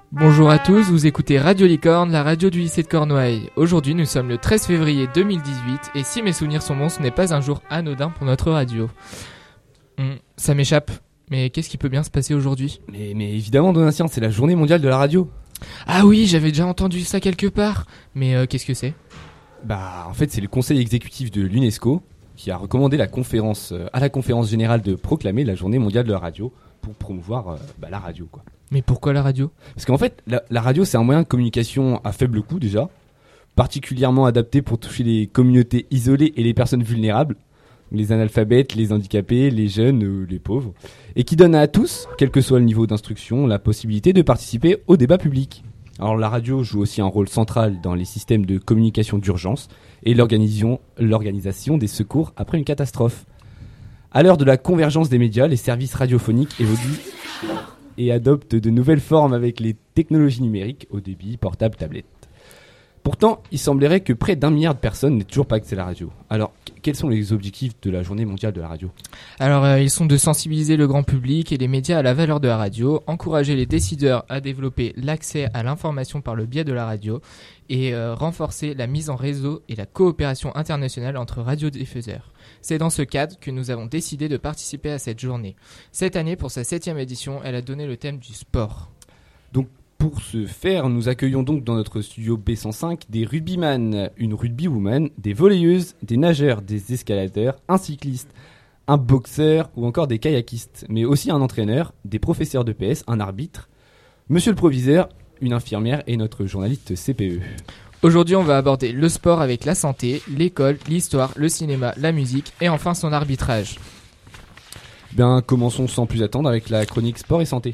Bonjour à tous, vous écoutez Radio Licorne, la radio du lycée de Cornouailles. Aujourd'hui, nous sommes le 13 février 2018 et si mes souvenirs sont bons, ce n'est pas un jour anodin pour notre radio. Ça m'échappe, mais qu'est-ce qui peut bien se passer aujourd'hui ? Mais évidemment, Donatien, c'est la journée mondiale de la radio. Ah oui, j'avais déjà entendu ça quelque part, mais qu'est-ce que c'est ? En fait, c'est le conseil exécutif de l'UNESCO qui a recommandé à la conférence générale de proclamer la journée mondiale de la radio pour promouvoir la radio, quoi. Mais pourquoi la radio ? Parce qu'en fait, la radio, c'est un moyen de communication à faible coût déjà, particulièrement adapté pour toucher les communautés isolées et les personnes vulnérables, les analphabètes, les handicapés, les jeunes, les pauvres, et qui donne à tous, quel que soit le niveau d'instruction, la possibilité de participer au débat public. Alors la radio joue aussi un rôle central dans les systèmes de communication d'urgence et l'organisation des secours après une catastrophe. À l'heure de la convergence des médias, les services radiophoniques évoluent et adoptent de nouvelles formes avec les technologies numériques, haut débit, portable, tablette. Pourtant, il semblerait que près d'1 milliard de personnes n'aient toujours pas accès à la radio. Alors, quels sont les objectifs de la journée mondiale de la radio ? Alors, ils sont de sensibiliser le grand public et les médias à la valeur de la radio, encourager les décideurs à développer l'accès à l'information par le biais de la radio et renforcer la mise en réseau et la coopération internationale entre radiodiffuseurs. C'est dans ce cadre que nous avons décidé de participer à cette journée. Cette année, pour sa 7e édition, elle a donné le thème du sport. Donc, pour ce faire, nous accueillons donc dans notre studio B105 des rugbyman, une rugbywoman, des volleyeuses, des nageurs, des escaladeurs, un cycliste, un boxeur ou encore des kayakistes, mais aussi un entraîneur, des professeurs de PS, un arbitre, monsieur le proviseur, une infirmière et notre journaliste CPE. Aujourd'hui, on va aborder le sport avec la santé, l'école, l'histoire, le cinéma, la musique et enfin son arbitrage. Commençons sans plus attendre avec la chronique sport et santé.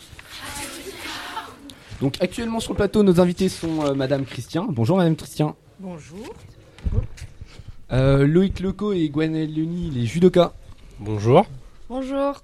Donc actuellement sur le plateau, nos invités sont Madame Christian. Bonjour Madame Christian. Bonjour. Loïc Leco et Gwenaël Leni, les judokas. Bonjour. Bonjour.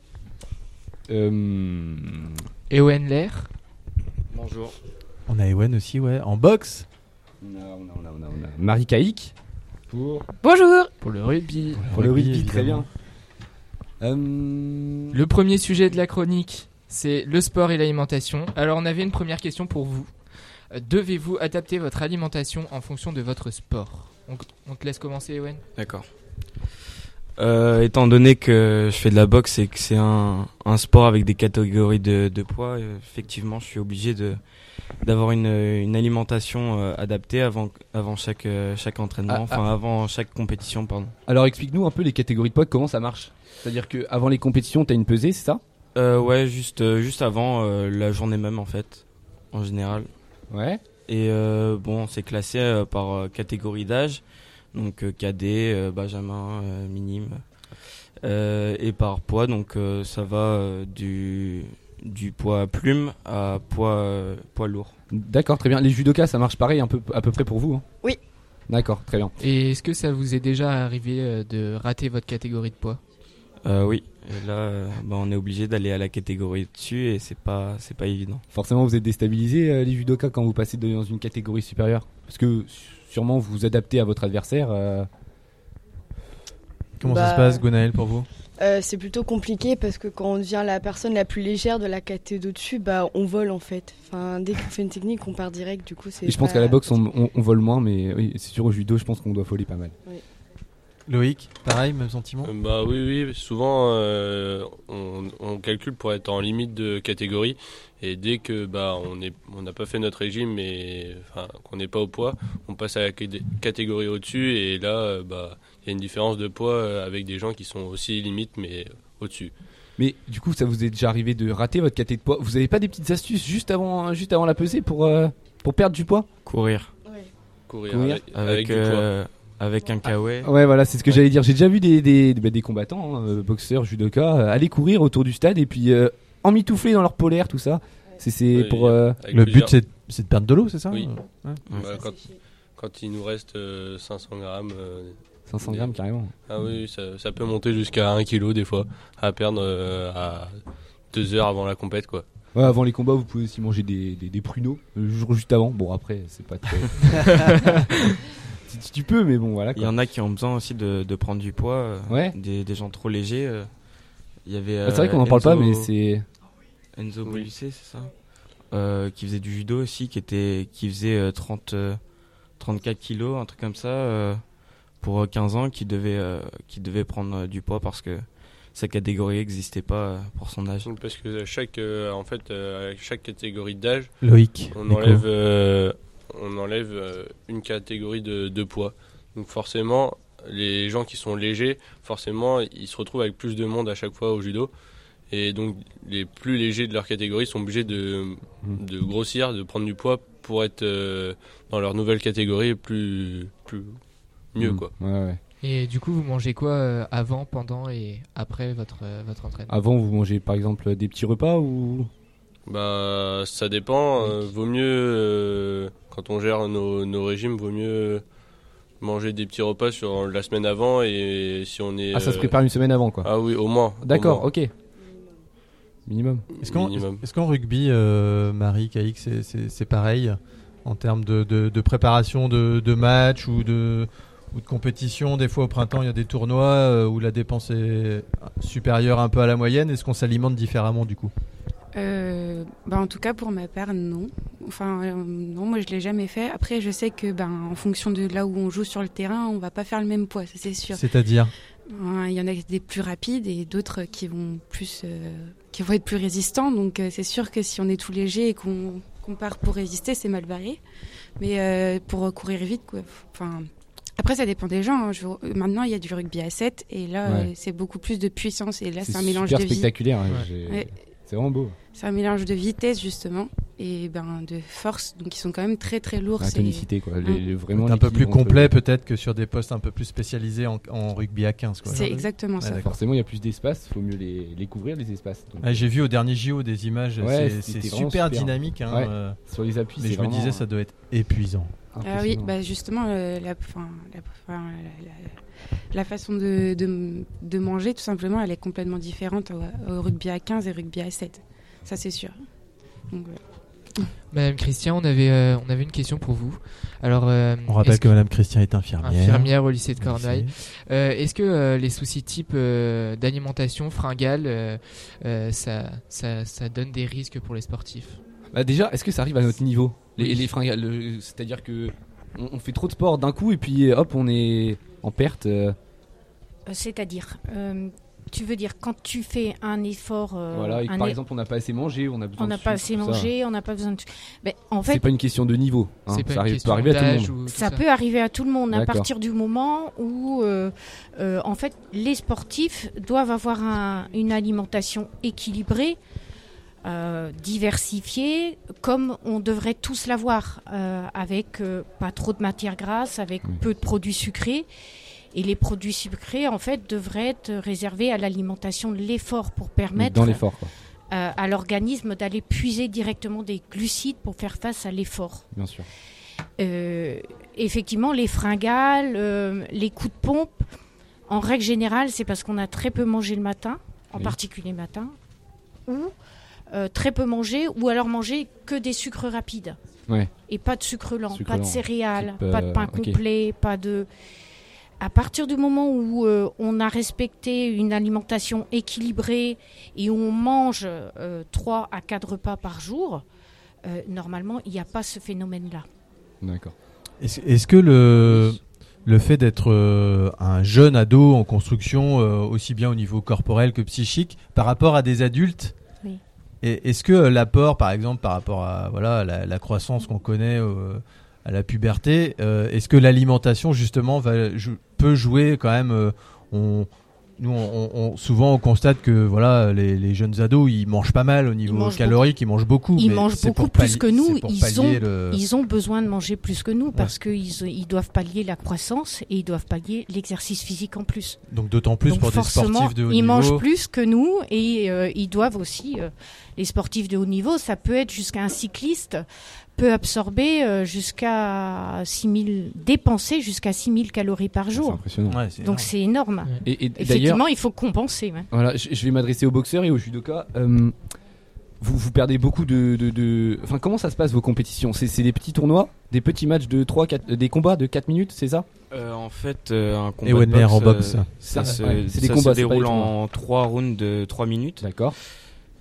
Ewen Lair. Bonjour. On a Ewen aussi, ouais, en boxe. On a Marie Caïque pour Le rugby. le rugby, très évidemment. bien. Le premier sujet de la chronique, c'est le sport et l'alimentation. Alors on avait une première question pour vous. Devez-vous adapter votre alimentation en fonction de votre sport ? On te laisse commencer, Ewen. D'accord. Étant donné que je fais de la boxe et que c'est un sport avec des catégories de poids, effectivement, je suis obligé d'avoir une alimentation adaptée avant chaque entraînement, avant chaque compétition, pardon. Alors explique-nous un peu les catégories de poids, comment ça marche. C'est-à-dire qu'avant les compétitions, t'as une pesée, c'est ça ? Ouais, juste avant la journée même en fait, en général. Ouais. Et c'est classé par catégorie d'âge, donc cadet, benjamin, minime, et par poids, donc ça va du poids plume à poids lourd. D'accord, très bien. Les judokas, ça marche pareil à peu près pour vous, hein ? Oui. D'accord, très bien. Et est-ce que ça vous est déjà arrivé de rater votre catégorie de poids ? Oui. Et là, on est obligé d'aller à la catégorie dessus et c'est pas évident. Forcément, vous êtes déstabilisés, les judokas, quand vous passez dans une catégorie supérieure. Parce que sûrement vous vous adaptez à votre adversaire. Comment ça se passe, Gwenaël, pour vous ? C'est plutôt compliqué parce que quand on devient la personne la plus légère de la caté d'au-dessus, on vole en fait. Enfin, dès qu'on fait une technique, on part direct. Du coup, c'est. Et je pense qu'à la boxe, on vole moins, mais oui, c'est sûr au judo, je pense qu'on doit voler pas mal. Oui. Loïc, pareil, même sentiment ? Oui, souvent on calcule pour être en limite de catégorie et dès que on n'a pas fait notre régime et qu'on n'est pas au poids, on passe à la catégorie au-dessus et là il y a une différence de poids avec des gens qui sont aussi limite mais au-dessus. Mais du coup, ça vous est déjà arrivé de rater votre caté de poids ? Vous avez pas des petites astuces juste avant la pesée pour perdre du poids ? Courir. Courir. Avec du poids. Avec un kawaii. Ouais, voilà, c'est ce que j'allais dire. J'ai déjà vu des combattants, boxeurs, judokas, aller courir autour du stade et puis emmitoufler dans leur polaire, tout ça. C'est pour. Le but, c'est de perdre de l'eau, c'est ça ? Oui. Ouais. Quand il nous reste 500 grammes. 500 grammes carrément. Ah oui, ça peut monter jusqu'à 1 kg des fois, à perdre à 2 heures avant la compète, quoi. Ouais, avant les combats, vous pouvez aussi manger des pruneaux, le jour juste avant. Bon, après, c'est pas très. Si tu peux, mais bon, voilà. Il y en a qui ont besoin aussi de prendre du poids, ouais. Des gens trop légers. Il y avait. C'est vrai qu'on n'en parle pas, mais c'est. Enzo Bollicé, c'est ça ? qui faisait du judo aussi, qui faisait 34 kilos, un truc comme ça, pour 15 ans, qui devait prendre du poids parce que sa catégorie n'existait pas pour son âge. Parce que à chaque catégorie d'âge, Loïc. on enlève une catégorie de poids. Donc forcément, les gens qui sont légers, forcément, ils se retrouvent avec plus de monde à chaque fois au judo. Et donc, les plus légers de leur catégorie sont obligés de grossir, de prendre du poids pour être dans leur nouvelle catégorie mieux, quoi. Ouais. Et du coup, vous mangez quoi avant, pendant et après votre entraînement? Avant, vous mangez par exemple des petits repas ou? Bah, ça dépend. Vaut mieux, quand on gère nos régimes, vaut mieux manger des petits repas sur la semaine avant. Et si on est. Ah, ça se prépare une semaine avant, quoi. Ah oui, au moins. D'accord, ok. Minimum. Est-ce qu'en rugby, Marie, Caïk, c'est pareil en termes de préparation de match ou de compétition? Des fois au printemps il y a des tournois où la dépense est supérieure un peu à la moyenne. Est-ce qu'on s'alimente différemment du coup? En tout cas pour ma part non. Non, moi je l'ai jamais fait. Après je sais que en fonction de là où on joue sur le terrain, on va pas faire le même poids, ça c'est sûr. C'est-à-dire? Il y en a des plus rapides et d'autres qui vont être plus résistants. Donc c'est sûr que si on est tout léger et qu'on part pour résister, c'est mal barré. Mais pour courir vite, quoi. Après, ça dépend des gens. Maintenant, il y a du rugby à 7 et là, c'est beaucoup plus de puissance. Et là, c'est un mélange de spectaculaire. Ouais. C'est vraiment beau. C'est un mélange de vitesse, justement, et de force. Donc, ils sont quand même très, très lourds. La tonicité, quoi. Vraiment un peu plus complet, peut-être, que sur des postes un peu plus spécialisés en rugby à 15. Quoi. C'est exactement ça. Forcément, il y a plus d'espace. Il faut mieux les couvrir, les espaces. Donc, j'ai vu au dernier JO des images. C'est super dynamique. Hein, sur les appuis, mais je me disais, ça doit être épuisant. Ah oui, justement, la façon de manger, tout simplement, elle est complètement différente au rugby à 15 et rugby à 7. Ça, c'est sûr. Donc, Madame Christian, on avait une question pour vous. Alors, on rappelle que Madame Christian est infirmière au lycée de Cornouailles. Est-ce que les soucis type d'alimentation fringale, ça donne des risques pour les sportifs? Déjà, est-ce que ça arrive à notre niveau? Les fringales, c'est-à-dire que on fait trop de sport d'un coup et puis hop, on est en perte. C'est-à-dire, tu veux dire quand tu fais un effort. Voilà, et par exemple, on n'a pas assez mangé, on a besoin. On n'a pas assez mangé, on n'a pas besoin de. Mais en fait, c'est pas une question de niveau. Hein. Ça peut arriver à tout le monde. Ça peut arriver à tout le monde à partir du moment où, en fait, les sportifs doivent avoir une alimentation équilibrée. Diversifiée comme on devrait tous l'avoir, avec pas trop de matières grasses, avec peu de produits sucrés, et les produits sucrés en fait devraient être réservés à l'alimentation de l'effort pour permettre dans l'effort, quoi. À l'organisme d'aller puiser directement des glucides pour faire face à l'effort. Bien sûr. Effectivement, les fringales, les coups de pompe, en règle générale, c'est parce qu'on a très peu mangé le matin, en particulier le matin, ou très peu manger, ou alors manger que des sucres rapides. Et pas de sucre lent, pas de céréales, pas de pain complet, pas de... À partir du moment où on a respecté une alimentation équilibrée et où on mange 3 à 4 repas par jour, normalement, il n'y a pas ce phénomène-là. D'accord. Est-ce que le fait d'être un jeune ado en construction, aussi bien au niveau corporel que psychique, par rapport à des adultes, est-ce que l'apport, par exemple, par rapport à la croissance qu'on connaît à la puberté, est-ce que l'alimentation justement peut jouer quand même souvent on constate que les jeunes ados ils mangent pas mal au niveau calorique, ils mangent beaucoup. Ils mangent beaucoup plus que nous. Ils ont besoin de manger plus que nous parce qu'ils doivent pallier la croissance et ils doivent pallier l'exercice physique en plus. Donc d'autant plus pour des sportifs de haut niveau. Ils mangent plus que nous et ils doivent aussi. Les sportifs de haut niveau, ça peut être jusqu'à un cycliste peut absorber dépenser jusqu'à 6000 calories par jour. C'est impressionnant. Donc c'est énorme. Et effectivement, il faut compenser. Voilà, je vais m'adresser aux boxeurs et aux judokas. Vous perdez beaucoup de... Enfin, comment ça se passe vos compétitions? C'est des petits tournois, des petits matchs de 3, 4, des combats de 4 minutes, c'est ça? En fait, un combat de boxe, ça se déroule en 3 rounds de 3 minutes. D'accord.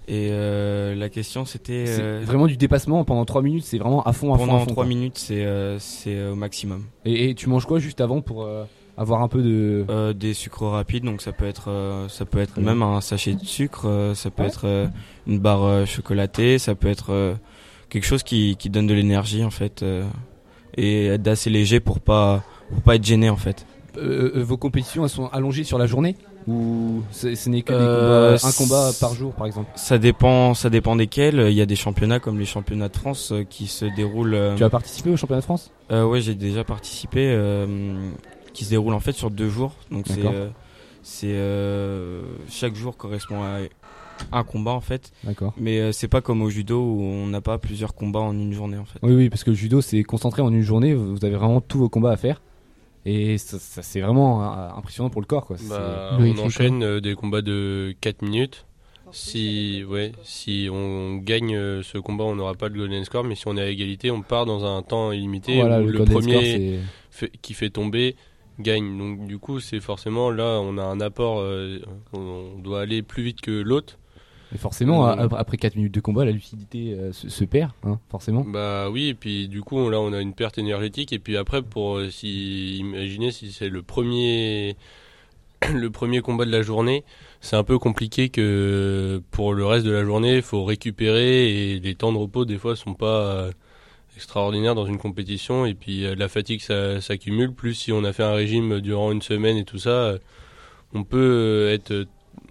Et la question c'était C'est vraiment du dépassement pendant 3 minutes, c'est vraiment à fond. pendant 3 quoi. minutes c'est au maximum. Et tu manges quoi juste avant pour avoir un peu de... Des sucres rapides, donc ça peut être Ouais. même un sachet de sucre, ça peut être une barre chocolatée, ça peut être quelque chose qui donne de l'énergie en fait, et être d'assez léger pour pas être gêné en fait. Vos compétitions, elles sont allongées sur la journée ou ce n'est que des combats, un combat par jour par exemple? Ça dépend desquels. Il y a des championnats comme les championnats de France qui se déroulent. Tu as participé au championnat de France? Ouais, j'ai déjà participé, qui se déroule en fait sur 2 jours. Donc D'accord. c'est chaque jour correspond à un combat en fait. D'accord. Mais c'est pas comme au judo où on n'a pas plusieurs combats en une journée en fait. Oui, parce que le judo c'est concentré en une journée, vous avez vraiment tous vos combats à faire. Et ça c'est vraiment impressionnant pour le corps quoi. Bah, Loïc, on enchaîne des combats de 4 minutes. Si on gagne ce combat, on n'aura pas le golden score, mais si on est à égalité, on part dans un temps illimité Voilà, où le le golden score, premier c'est... qui fait tomber gagne. Donc du coup, c'est forcément là, on a un apport, on doit aller plus vite que l'autre. Et forcément, après 4 minutes de combat, la lucidité se perd, hein, forcément. Bah oui, et puis du coup, là, on a une perte énergétique. Et puis après, imaginez si c'est le premier combat de la journée, c'est un peu compliqué que pour le reste de la journée, il faut récupérer et les temps de repos, des fois, sont pas extraordinaires dans une compétition. Et puis la fatigue, ça s'accumule. Plus si on a fait un régime durant une semaine et tout ça, on peut être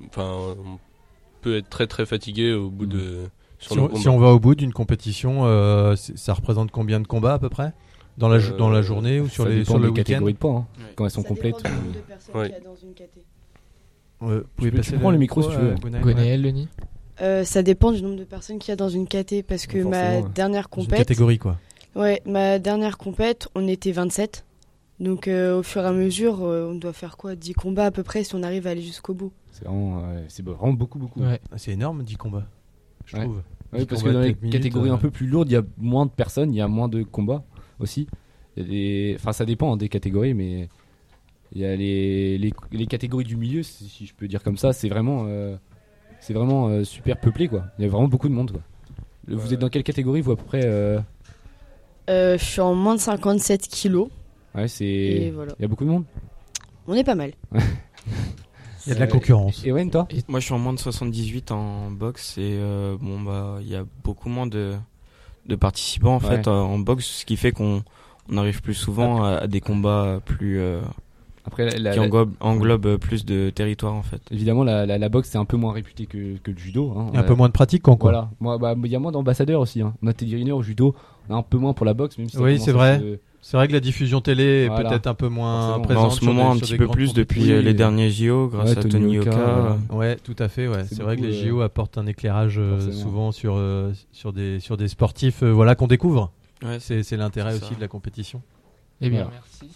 très très fatigué au bout de Si on va au bout d'une compétition, ça représente combien de combats à peu près dans la journée ou sur ça le dépend des week-end? catégories de poids, hein, Ouais. quand elles sont Ça complètes. dépend du nombre de personnes Ouais. qu'il y a dans une caté. Vous pouvez passer prends le micro si tu veux. Gwenaël, Gwenaël, Lenny. Ça dépend du nombre de personnes qu'il y a dans une caté parce que ma Forcément, ouais. dernière Dans une compète, catégorie quoi. ma dernière compète, on était 27. Donc au fur et à mesure, on doit faire quoi, 10 combats à peu près si on arrive à aller jusqu'au bout. C'est vraiment beaucoup. Ouais. Ah, c'est énorme 10 combats, je Ouais. trouve. Oui, parce que combats dans de les 4 minutes, catégories un peu plus lourdes, il y a moins de personnes, il y a moins de combats aussi. Enfin, ça dépend des catégories, mais il y a les catégories du milieu, si je peux dire comme ça, c'est vraiment super peuplé quoi. Il y a vraiment beaucoup de monde quoi. Vous êtes dans quelle catégorie vous à peu près Je suis en moins de 57 kilos. Ouais, Et voilà. il y a beaucoup de monde. On est pas mal. Il y a de la concurrence. Et Wen, toi? Moi je suis en moins de 78 en boxe et il y a beaucoup moins de participants en Ouais. fait en boxe, ce qui fait qu'on arrive plus souvent à des combats plus Après, qui englobent plus de territoire en fait. évidemment, la boxe c'est un peu moins réputé que le judo. Hein. Il y a un peu moins de pratiquants quoi. Voilà. Moi, il y a moins d'ambassadeurs aussi. Hein. On a Teddy Riner au judo, on a un peu moins pour la boxe, même si ça Oui, commence c'est à vrai. se- C'est vrai que la diffusion télé est Voilà. peut-être un peu moins Forcément. Mais présente. en ce moment un petit peu plus depuis compétitions. les derniers JO grâce Ouais, à Tony Tony Yoka, Yoka. Ouais, tout à fait. Ouais. C'est C'est vrai que beaucoup, les JO apportent un éclairage forcément. souvent sur des sportifs voilà, qu'on découvre. Ouais, C'est l'intérêt C'est aussi ça. de la compétition. Eh bien, Voilà. merci.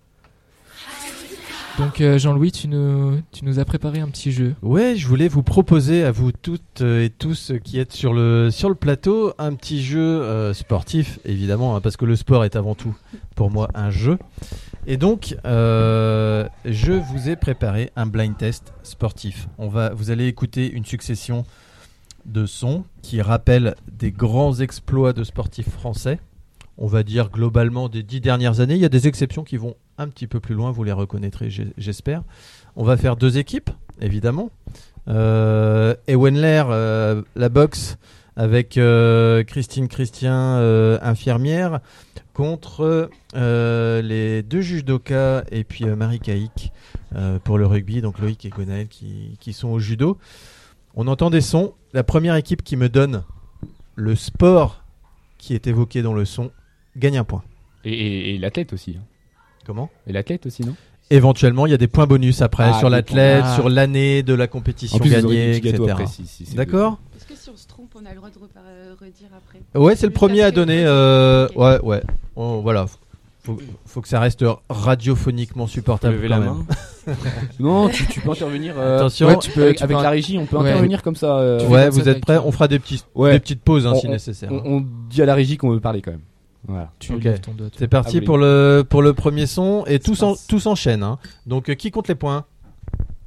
Donc Jean-Louis, tu nous as préparé un petit jeu. Ouais, je voulais vous proposer à vous toutes et tous qui êtes sur le plateau un petit jeu sportif, évidemment, hein, parce que le sport est avant tout pour moi un jeu. Et donc, je vous ai préparé un blind test sportif. Vous allez écouter une succession de sons qui rappellent des grands exploits de sportifs français. On va dire globalement des 10 dernières années. Il y a des exceptions qui vont un petit peu plus loin, vous les reconnaîtrez, j'espère. On va faire 2 équipes, évidemment. Ewenler, la boxe, avec Christien, infirmière, contre les 2 judokas et puis Marie Caïque pour le rugby, donc Loïc et Gwenaël qui sont au judo. On entend des sons. La première équipe qui me donne le sport qui est évoqué dans le son gagne un point. Et l'athlète aussi. Hein. Comment ? Et l'athlète aussi, non? Éventuellement, il y a des points bonus après sur des l'athlète, points. sur l'année de la compétition En plus, vous aurez gagnée, des petits gâteaux etc. après, si c'est D'accord ? Est-ce que si on se trompe, on a le droit de redire après? Ouais, c'est le premier à donner. Ok. Ouais. Voilà. Faut que ça reste radiophoniquement supportable. Lever quand la même. main. Non, tu peux intervenir. Attention. Ouais, tu peux, tu avec peux- la régie, on peut Ouais. intervenir comme ça. Tu fais Ouais, comme ça, vous êtes mec. prêts ? On fera des petites pauses hein, si nécessaire. On dit à la régie qu'on veut parler quand même. Voilà. Tu Ok. lèves ton doigt. toi. C'est parti Ah oui. pour le premier son et tout passe. s'enchaîne. Hein. Donc qui compte les points ?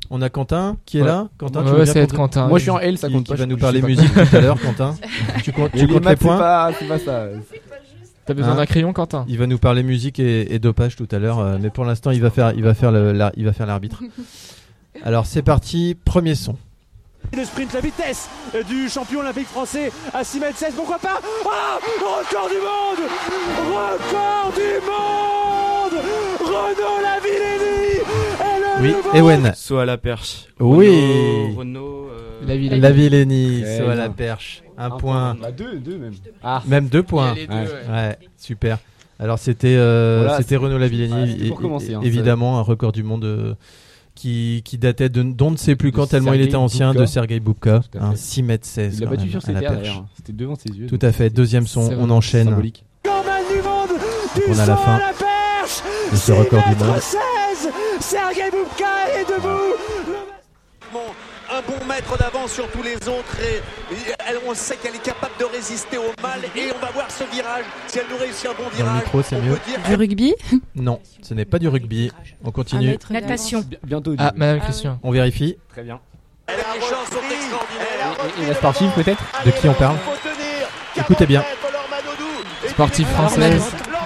On a Quentin qui est là. Quentin, tu Ouais, veux ça bien va être Quentin. Moi je suis en L, ça qui compte pas. va nous je parler sais pas musique tout à l'heure, Quentin. Tu comptes Mais les les maths, points. c'est pas ça. T'as besoin Hein d'un crayon, Quentin? Il va nous parler musique et dopage tout à l'heure, mais pour l'instant il va faire l'arbitre. Alors c'est parti, premier son. Le sprint, la vitesse du champion olympique français à 6m16, pourquoi pas? Ah, record du monde! Record du monde! Renaud Lavillenie est le Oui, nouveau Ewen. Saut à la perche. Oui. Renaud, Lavillenie, Ouais, saut à la non. perche. Un point. Bah, deux même. Ah. Même 2 points. Il y a les deux, Ouais. ouais. Ouais, super. Alors c'était C'était Renaud Lavillenie, c'était pour commencer, hein, évidemment un record du monde qui datait d'on ne sait plus De quand, tellement il Sergei était ancien, Boubka. de Sergei Boubka, Tout à fait. 6m16. Il l'a quand battu même, sur ses à la terres perche. d'ailleurs. C'était devant ses yeux. Tout à fait, deuxième son, C'est on vrai. enchaîne. Symbolique. Corman du monde du On a la saut fin à la perche de ce record du monde. 6m16 Sergei Boubka est debout. Un bon mètre d'avance sur tous les autres et on sait qu'elle est capable de résister au mal et on va voir ce virage. Si elle nous réussit un bon Dans le virage, micro, c'est on mieux. peut dire Du rugby. Non, ce n'est pas du rugby. On continue. Natation. Bientôt. Ah, Madame Christian. On vérifie. Très bien. elle a des chances sont extraordinaires. Et la sportive peut-être? De qui on parle? Écoutez bien. Sportive française.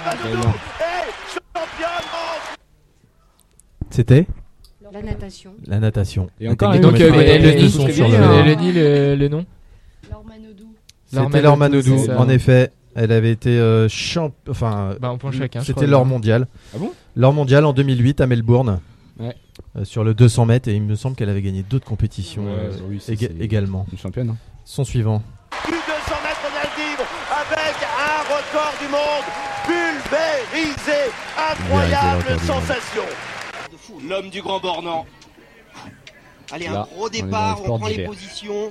C'était La natation. la natation. Et encore La un technique Donc, autre de elle méthode le de dit, son très sur bien, le- hein. Elle dit le nom. Lormanodou. C'était Laure Manodou, c'est ça. en effet. Elle avait été Bah, on prend chacun. je c'était crois. l'or mondial. Ah bon? L'or mondial en 2008 à Melbourne. Ouais. Sur le 200 mètres, et il me semble qu'elle avait gagné d'autres compétitions Oui, c'est également. une championne. Hein. Son suivant. Plus de 200 mètres d'altitude avec un record du monde pulvérisé. Incroyable record du monde. sensation. L'homme du Grand Bornand. Allez, Là, un gros on est dans départ, le on sport prend les d'hiver. positions.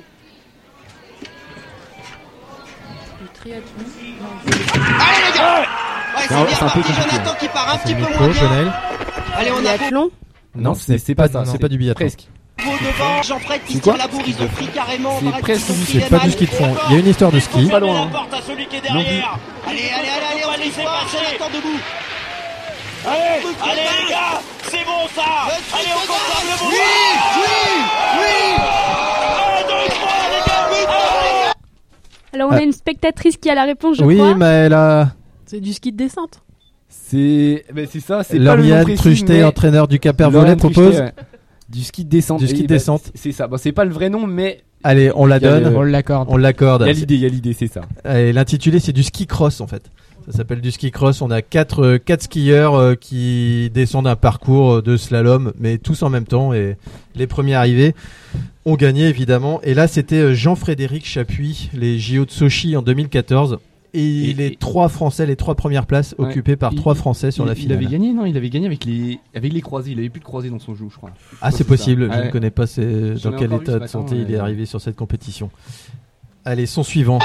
Du triathlon. Allez les gars ouais, C'est c'est un- bien c'est un peu parti, compliqué. Jonathan qui part un C'est petit le peu micro, moins bien. Jonel. Allez, on a Biathlon. Non, c'est c'est pas ça. c'est pas du biathlon. Presque. beau devant, Jean-Fred qui C'est tire quoi? la bourre, ils ont pris carrément. C'est Paraît presque qu'ils ont du- pris C'est pas les du ski de balles. fond. Il y a une histoire de ski. Pas loin. La porte à celui qui est derrière. Allez, on va laisser passer. Jonathan debout. Allez, les gars, c'est bon ça. Allez, on compte le bon. Oui. 1, 2, 3, les gars. Alors, on a une spectatrice qui a la réponse, je Oui, crois. mais elle a C'est du ski de descente. C'est ça. C'est pas le nom Lauriane précis, Trucheté, mais- entraîneur du Cap Volet, Lauriane propose. Trucheté, ouais. Du ski de descente. Du ski de Et bah, descente. C'est ça. Bon, c'est pas le vrai nom, mais Allez, on la Il y a donne. le- On l'accorde. On l'accorde. il y a l'idée, c'est ça. Et l'intitulé, c'est du ski cross en fait. Ça s'appelle du ski cross. On a quatre skieurs qui descendent un parcours de slalom, mais tous en même temps. Et les premiers arrivés ont gagné évidemment. Et là, c'était Jean-Frédéric Chapuis, les JO de Sochi en 2014. Et les trois Français, les trois premières places Ouais. occupées par trois Français sur la finale. Il avait gagné, non? Il avait gagné avec les croisés. Il avait plus de croisés dans son jeu, je crois. Ah, c'est ça. possible. Je Ouais. ne connais pas J'en dans ai quel encore vu état ce de matin, santé il est ouais. arrivé sur cette compétition. Allez, son suivant.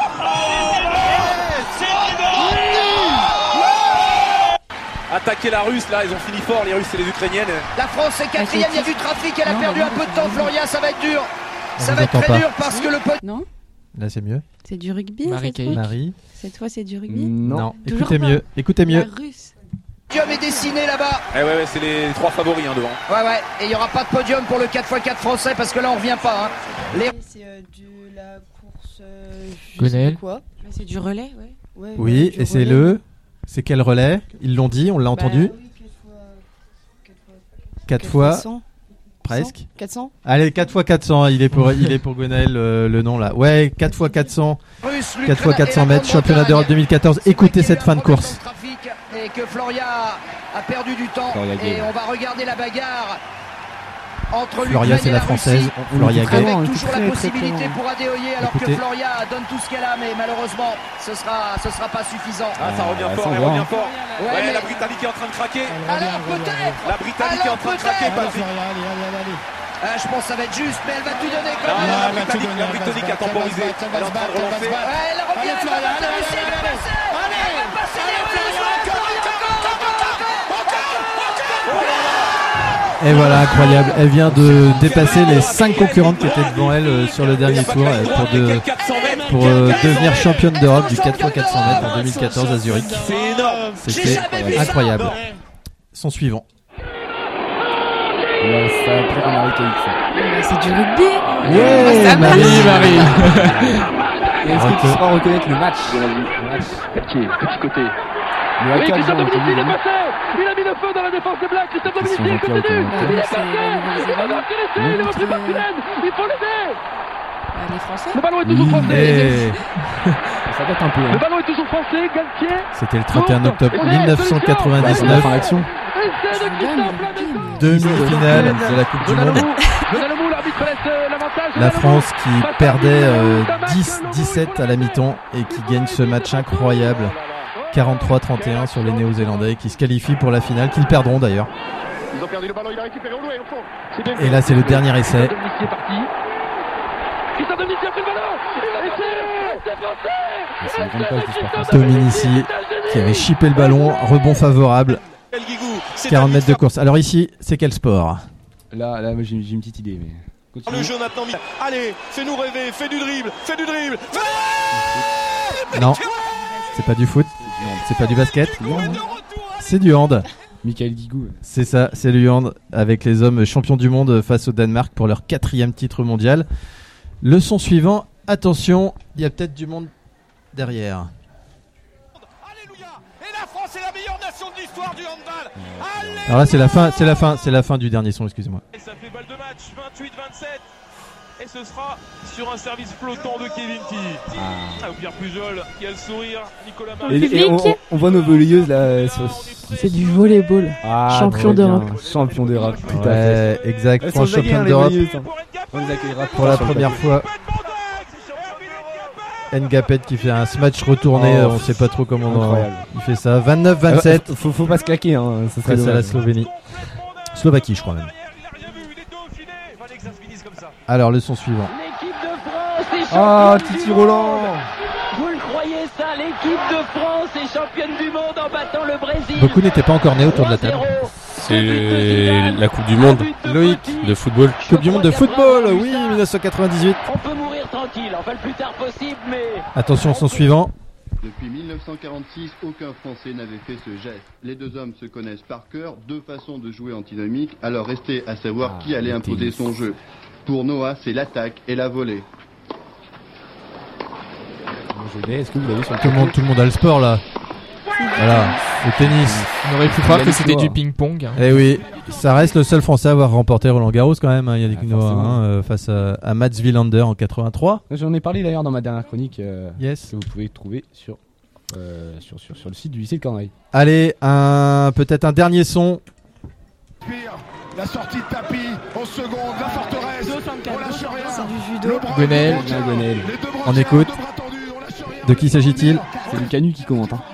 Attaquer la Russe, là, ils ont fini fort, les Russes et les Ukrainiennes. La France est quatrième, il y a du trafic, elle a perdu un peu de temps, Floria, ça va être dur. Ça vous va être entend très pas. dur parce que le pot. Non, Là, c'est mieux. c'est du rugby. Marie cette Caïc. fois Marie. Cette fois, c'est du rugby. Non. Toujours Écoutez pas. mieux. Écoutez mieux. La russe. Le podium est dessiné là-bas. Ouais, c'est les trois favoris devant. Ouais, et il n'y aura pas de podium pour le 4x4 français parce que là on revient pas. Hein. C'est de la course. Gonel. Quoi Bah, c'est du relais, ouais. Ouais, Oui, ouais, du et c'est relais. C'est quel relais? Ils l'ont dit, on l'a entendu. Oui, 4 fois. 100. Presque. 400. Allez, 4 x 400. Il est pour Gwenaël le nom là. Ouais, 4 x 400. Russe, 4 x 400 mètres, championnat d'Europe 2014. Écoutez cette fin de course. Et que Floria a perdu du temps. Floria Et Gay. on va regarder la bagarre entre Floria, l'Ukraine c'est et la la Russie. française. Floria Très Gay. loin, on Avec était toujours très, la très, très possibilité loin. pour Adéoyer alors Écoutez. que Floria donne tout ce qu'elle a, mais malheureusement ce sera pas suffisant. Ah, ça revient ça fort, va, elle revient hein. fort. Ouais, Ouais, mais- la Britannique est en train de craquer. Alors peut-être. La Britannique est en train de craquer, Patrick. Je pense que ça va être juste, mais elle va tout donner quand Non, même. la Britannique a temporisé. Elle est en train de relancer. Ouais, elle revient, elle va battre la Russie, elle va passer. Elle va passer les Russes. Et voilà, incroyable. Elle vient de dépasser les 5 concurrentes qui étaient devant elle sur le dernier tour pour devenir championne d'Europe du 4 x 400 mètres en 2014 à Zurich. C'est énorme. C'était incroyable. Son suivant. Là, ça a pris en arrêté ça. C'est du rugby. Ouais, Ça marche. Marie. Et est-ce que tu sauras reconnaître le match? Petit côté. Le Oui, haka, Christophe bien Dominici, il est entendu. passé. Il a mis le feu dans la défense des Blacks. Christophe Dominici, il Jean-Pierre continue. Automate. Il est marqué. Il est repris par Cullen. Il faut l'aider. Les Français. Le ballon est toujours français. Ça date un peu. Le ballon est toujours français. Galtier. C'était le 31 octobre La 1999, fin d'action. Essai de Christophe Lamezon. demi-finale de la Coupe du Monde. Donnarumma, l'arbitre laisse l'avantage. La France qui perdait 10-17 à la mi-temps et qui gagne ce match incroyable 43-31 sur les Néo-Zélandais qui se qualifient pour la finale, qu'ils perdront d'ailleurs. Ils ont perdu le ballon, il a récupéré au loin, au fond. Et là c'est le dernier essai. Dominici est parti. Christophe Dominici a pris le ballon. Il a essayé. C'est français. C'est une grande page du sport français. Dominici qui avait chippé le ballon, rebond favorable, 40 mètres de course. Alors ici, c'est quel sport? Là, moi, j'ai une petite idée, mais. Continue. Le jeu maintenant. Allez, fais-nous rêver, fais du dribble. Non, c'est pas du foot, c'est pas du basket, c'est du hand. Michael Guigou. C'est ça, c'est du hand avec les hommes champions du monde face au Danemark pour leur 4e titre mondial. Le son suivant, attention, il y a peut-être du monde derrière. Alléluia. Et la France est la meilleure nation de l'histoire du handball. Allez. Alors là c'est la fin du dernier son, excusez-moi. Et ça fait balle de match, 28-27. Et ce sera sur un service flottant de Kevin Key. Ah, Pierre Pujol, qui a le sourire. Nicolas Marie. Et on voit nos volleyeuses là. C'est du volleyball. Champion d'Europe. Champion d'Europe, tout à Ouais, fait. exact, Elles France sont championne les d'Europe volleyeuses, hein. On les accueillera pour la première fois. Ngapet qui fait un smash retourné, on sait pas trop comment il fait ça. 29-27. Faut pas se claquer, hein. Ça serait Face à la dommage. Slovénie. Slovaquie, je crois même. Alors, le son suivant. L'équipe de France est Ah, championne Titi du Roland. monde. Vous le croyez ça? L'équipe de France est championne du monde en battant le Brésil. Beaucoup n'étaient pas encore nés autour de la table. C'est la Coupe du Monde Loïc, de football. Coupe du monde de football, oui, 1998. On peut mourir tranquille, enfin le plus tard possible, mais... Attention, son suivant. Depuis 1946, aucun Français n'avait fait ce geste. Les deux hommes se connaissent par cœur, deux façons de jouer antinomiques, alors restait à savoir qui allait imposer son jeu. Pour Noah, c'est l'attaque et la volée. Est-ce que vous l'avez sur le Tout le monde a le sport là. Voilà, le tennis. On aurait pu croire que c'était du ping-pong. Eh oui, ça reste le seul Français à avoir remporté Roland Garros quand même, Yannick Noah, face à Mats Wilander en 83. J'en ai parlé d'ailleurs dans ma dernière chronique. Yes. Que vous pouvez trouver sur le site du lycée de Corneille. Allez, peut-être un dernier son. La sortie de tapis en seconde, la forteresse, on lâche rien. C'est du judo. Gonel. On écoute. De qui s'agit-il? C'est le Canu qui commente. Hein.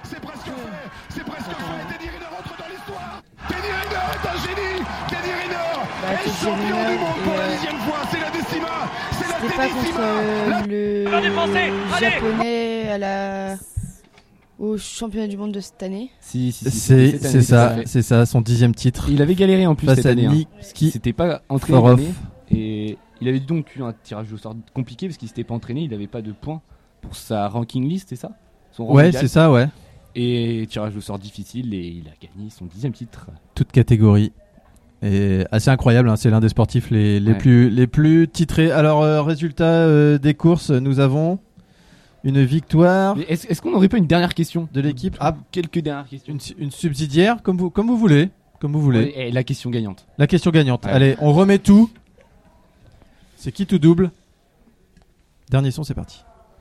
C'était pas contre le japonais au championnat du monde de cette année. Si, c'est ça, son 10e titre. Il avait galéré en plus face cette à année. Niki. C'était pas entraîné Forov. et il avait donc eu un tirage au sort compliqué parce qu'il s'était pas entraîné, il avait pas de points pour sa ranking list, c'est ça? Son rang Ouais, mondial. c'est ça, ouais. Et tirage au sort difficile et il a gagné son 10e titre. Toute catégorie. Et assez incroyable, hein, c'est l'un des sportifs les plus titrés. Alors, résultat des courses, nous avons une victoire. Mais est-ce qu'on n'aurait pas une dernière question de l'équipe? Quelques dernières questions. Une subsidiaire, comme vous voulez. Ouais, et la question gagnante. La question gagnante. Ouais. Allez, on remet tout. C'est qui tout double? Dernier son, c'est parti.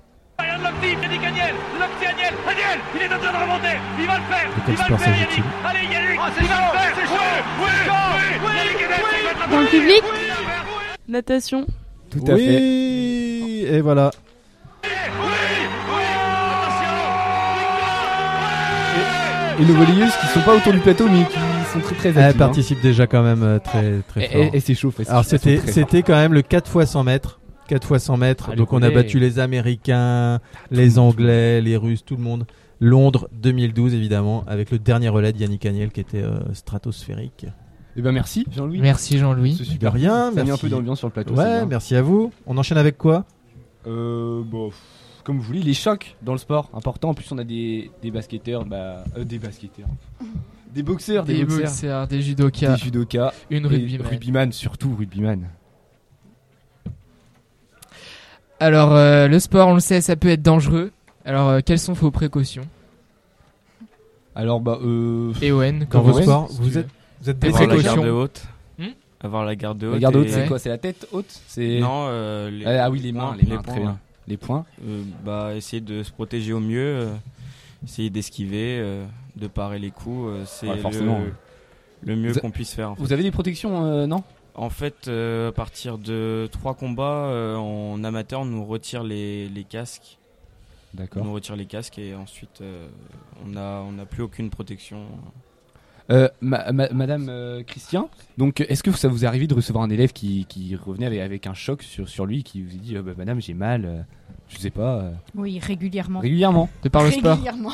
Il est en train de remonter, il va le faire, De quel sport s'agit-il? allez Yannick, c'est chaud, c'est chaud, Dans le public? Natation. Tout à fait. Oui, et voilà. Et nos volleyeuses qui sont pas autour du plateau mais qui sont très très actives. Elle participe déjà quand même très très fort. Et c'est chaud. Alors c'était quand même le 4x100 mètres. 4x100 mètres. Ah, donc on a battu les Américains, les Anglais, les Russes, tout le monde. Londres 2012 évidemment, avec le dernier relais de Yannick Agnel qui était stratosphérique. Et ben merci Jean-Louis. Merci Jean-Louis. C'est super. De rien, Ça merci. met un peu d'ambiance sur le plateau. Ouais, merci à vous. On enchaîne avec quoi? Bon, comme vous voulez, les chocs dans le sport, important. En plus, on a des basketteurs, des basketteurs, Des boxeurs, des judokas, une rugbyman. Rugbyman, surtout rugbyman. Alors, le sport, on le sait, ça peut être dangereux. Alors, quelles sont vos précautions? Alors, Ewen, dans vos sports, vous êtes des précautions hautes. Avoir la garde haute. La garde haute, c'est quoi? C'est la tête haute? Non, les mains, très bien. Les poings. Essayer de se protéger au mieux, essayer d'esquiver, de parer les coups, c'est le mieux qu'on puisse faire. En fait. Vous avez des protections, non? En fait, à partir de 3 combats en amateur, on nous retire les casques. D'accord. On nous retire les casques et ensuite on n'a plus aucune protection. Madame Christian, donc est-ce que ça vous est arrivé de recevoir un élève qui revenait avec un choc sur lui, qui vous dit madame j'ai mal, je sais pas. Oui, régulièrement. Régulièrement. De par le sport. Régulièrement.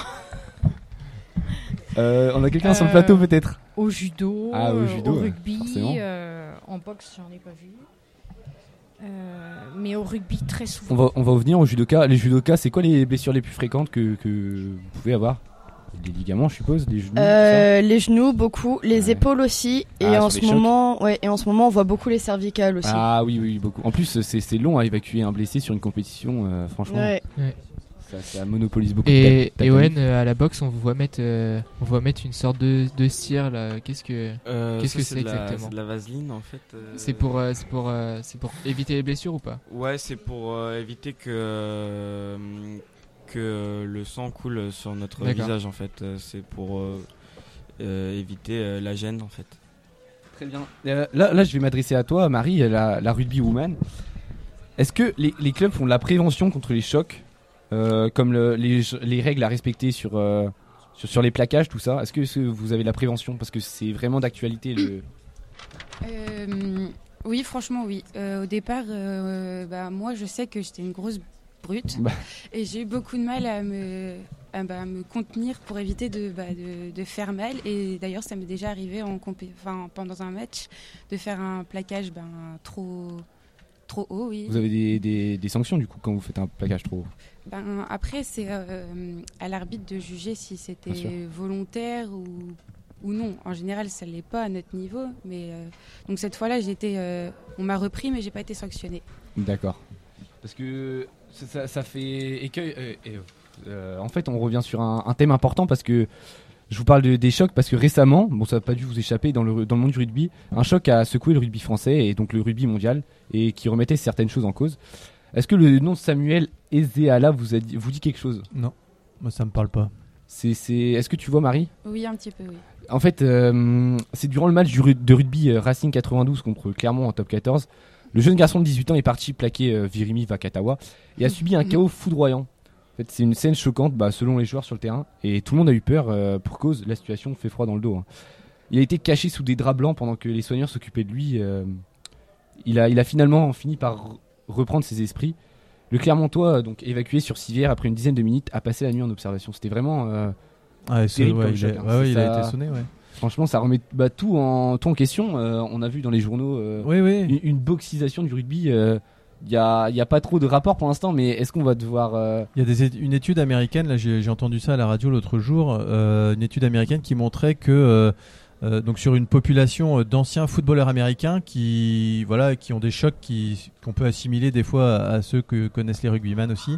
On a quelqu'un sur le plateau peut-être. Au judo, au rugby, en boxe j'en ai pas vu. Mais au rugby très souvent. On va revenir au judoka. Les judokas, c'est quoi les blessures les plus fréquentes que vous pouvez avoir? Les ligaments, je suppose, les genoux. Les genoux beaucoup, les épaules aussi, et en ce moment, on voit beaucoup les cervicales aussi. Ah oui, beaucoup. En plus, c'est long à évacuer un blessé sur une compétition, franchement. Ouais. Ça monopolise beaucoup. Et Owen, à la boxe, on voit mettre une sorte de cire là. Qu'est-ce que c'est exactement? C'est de la vaseline en fait. C'est pour éviter les blessures ou pas? Ouais, c'est pour éviter que le sang coule sur notre visage en fait. C'est pour éviter la gêne en fait. Très bien. Là, je vais m'adresser à toi, Marie, la rugby woman. Est-ce que les clubs font de la prévention contre les chocs? Comme les règles à respecter sur les plaquages, tout ça. Est-ce que vous avez de la prévention? Parce que c'est vraiment d'actualité. Oui, franchement, oui. Au départ, moi, je sais que j'étais une grosse brute et j'ai eu beaucoup de mal à me contenir pour éviter de faire mal. Et d'ailleurs, ça m'est déjà arrivé pendant un match de faire un plaquage trop haut, oui. Vous avez des sanctions du coup quand vous faites un plaquage trop haut? Après, c'est à l'arbitre de juger si c'était volontaire ou non. En général, ça ne l'est pas à notre niveau. Mais donc cette fois-là, on m'a repris, mais j'ai pas été sanctionnée. D'accord. Parce que ça fait écueil. En fait, on revient sur un thème important parce que je vous parle des chocs parce que récemment, ça n'a pas dû vous échapper, dans le monde du rugby, un choc a secoué le rugby français et donc le rugby mondial et qui remettait certaines choses en cause. Est-ce que le nom de Samuel Ezeala vous dit quelque chose? Non, moi ça me parle pas. Est-ce que tu vois, Marie? Oui, un petit peu, oui. En fait, c'est durant le match de rugby Racing 92 contre Clermont en top 14. Le jeune garçon de 18 ans est parti plaquer Virimi Vakatawa et a subi un KO foudroyant. En fait, c'est une scène choquante selon les joueurs sur le terrain et tout le monde a eu peur pour cause la situation fait froid dans le dos. Il a été caché sous des draps blancs pendant que les soigneurs s'occupaient de lui. Il a finalement fini par reprendre ses esprits. Le Clermontois, donc évacué sur civière après une dizaine de minutes, a passé la nuit en observation. C'était vraiment terrible. Il a été sonné. Ouais. Franchement, ça remet tout en question. On a vu dans les journaux une boxisation du rugby. Il y a pas trop de rapports pour l'instant, mais est-ce qu'on va devoir Il y a une étude américaine, là j'ai entendu ça à la radio l'autre jour, une étude américaine qui montrait que donc sur une population d'anciens footballeurs américains qui ont des chocs qu'on peut assimiler des fois à ceux que connaissent les rugbyman aussi,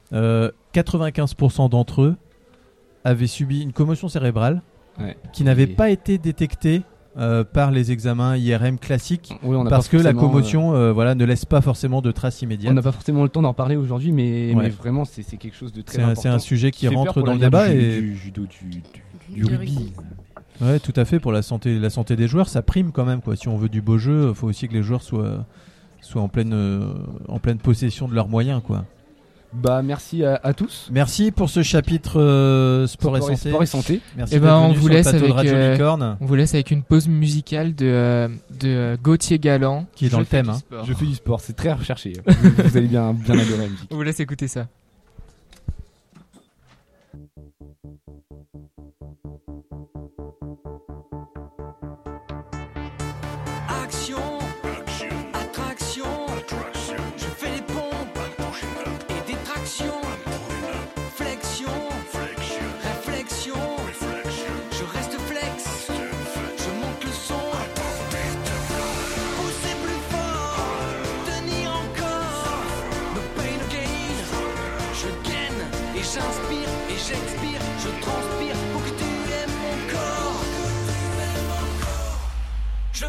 95% d'entre eux avaient subi une commotion cérébrale qui n'avait pas été détectée par les examens IRM classiques, parce que la commotion ne laisse pas forcément de traces immédiates. On n'a pas forcément le temps d'en reparler aujourd'hui, mais vraiment c'est quelque chose de très important. C'est un sujet qui rentre dans le débat du judo, du rugby. Ouais, tout à fait. Pour la santé des joueurs, ça prime quand même, quoi. Si on veut du beau jeu, il faut aussi que les joueurs soient en pleine possession de leurs moyens, quoi. Merci à tous. Merci pour ce chapitre sport et santé. Merci. Et on vous laisse avec une pause musicale de Gauthier Galland qui est dans le thème. Je fais du sport, c'est très recherché. Vous allez bien adorer la musique. On vous laisse écouter ça. Action, attraction, je fais les pompes et des tractions, flexion, réflexion, je reste flex.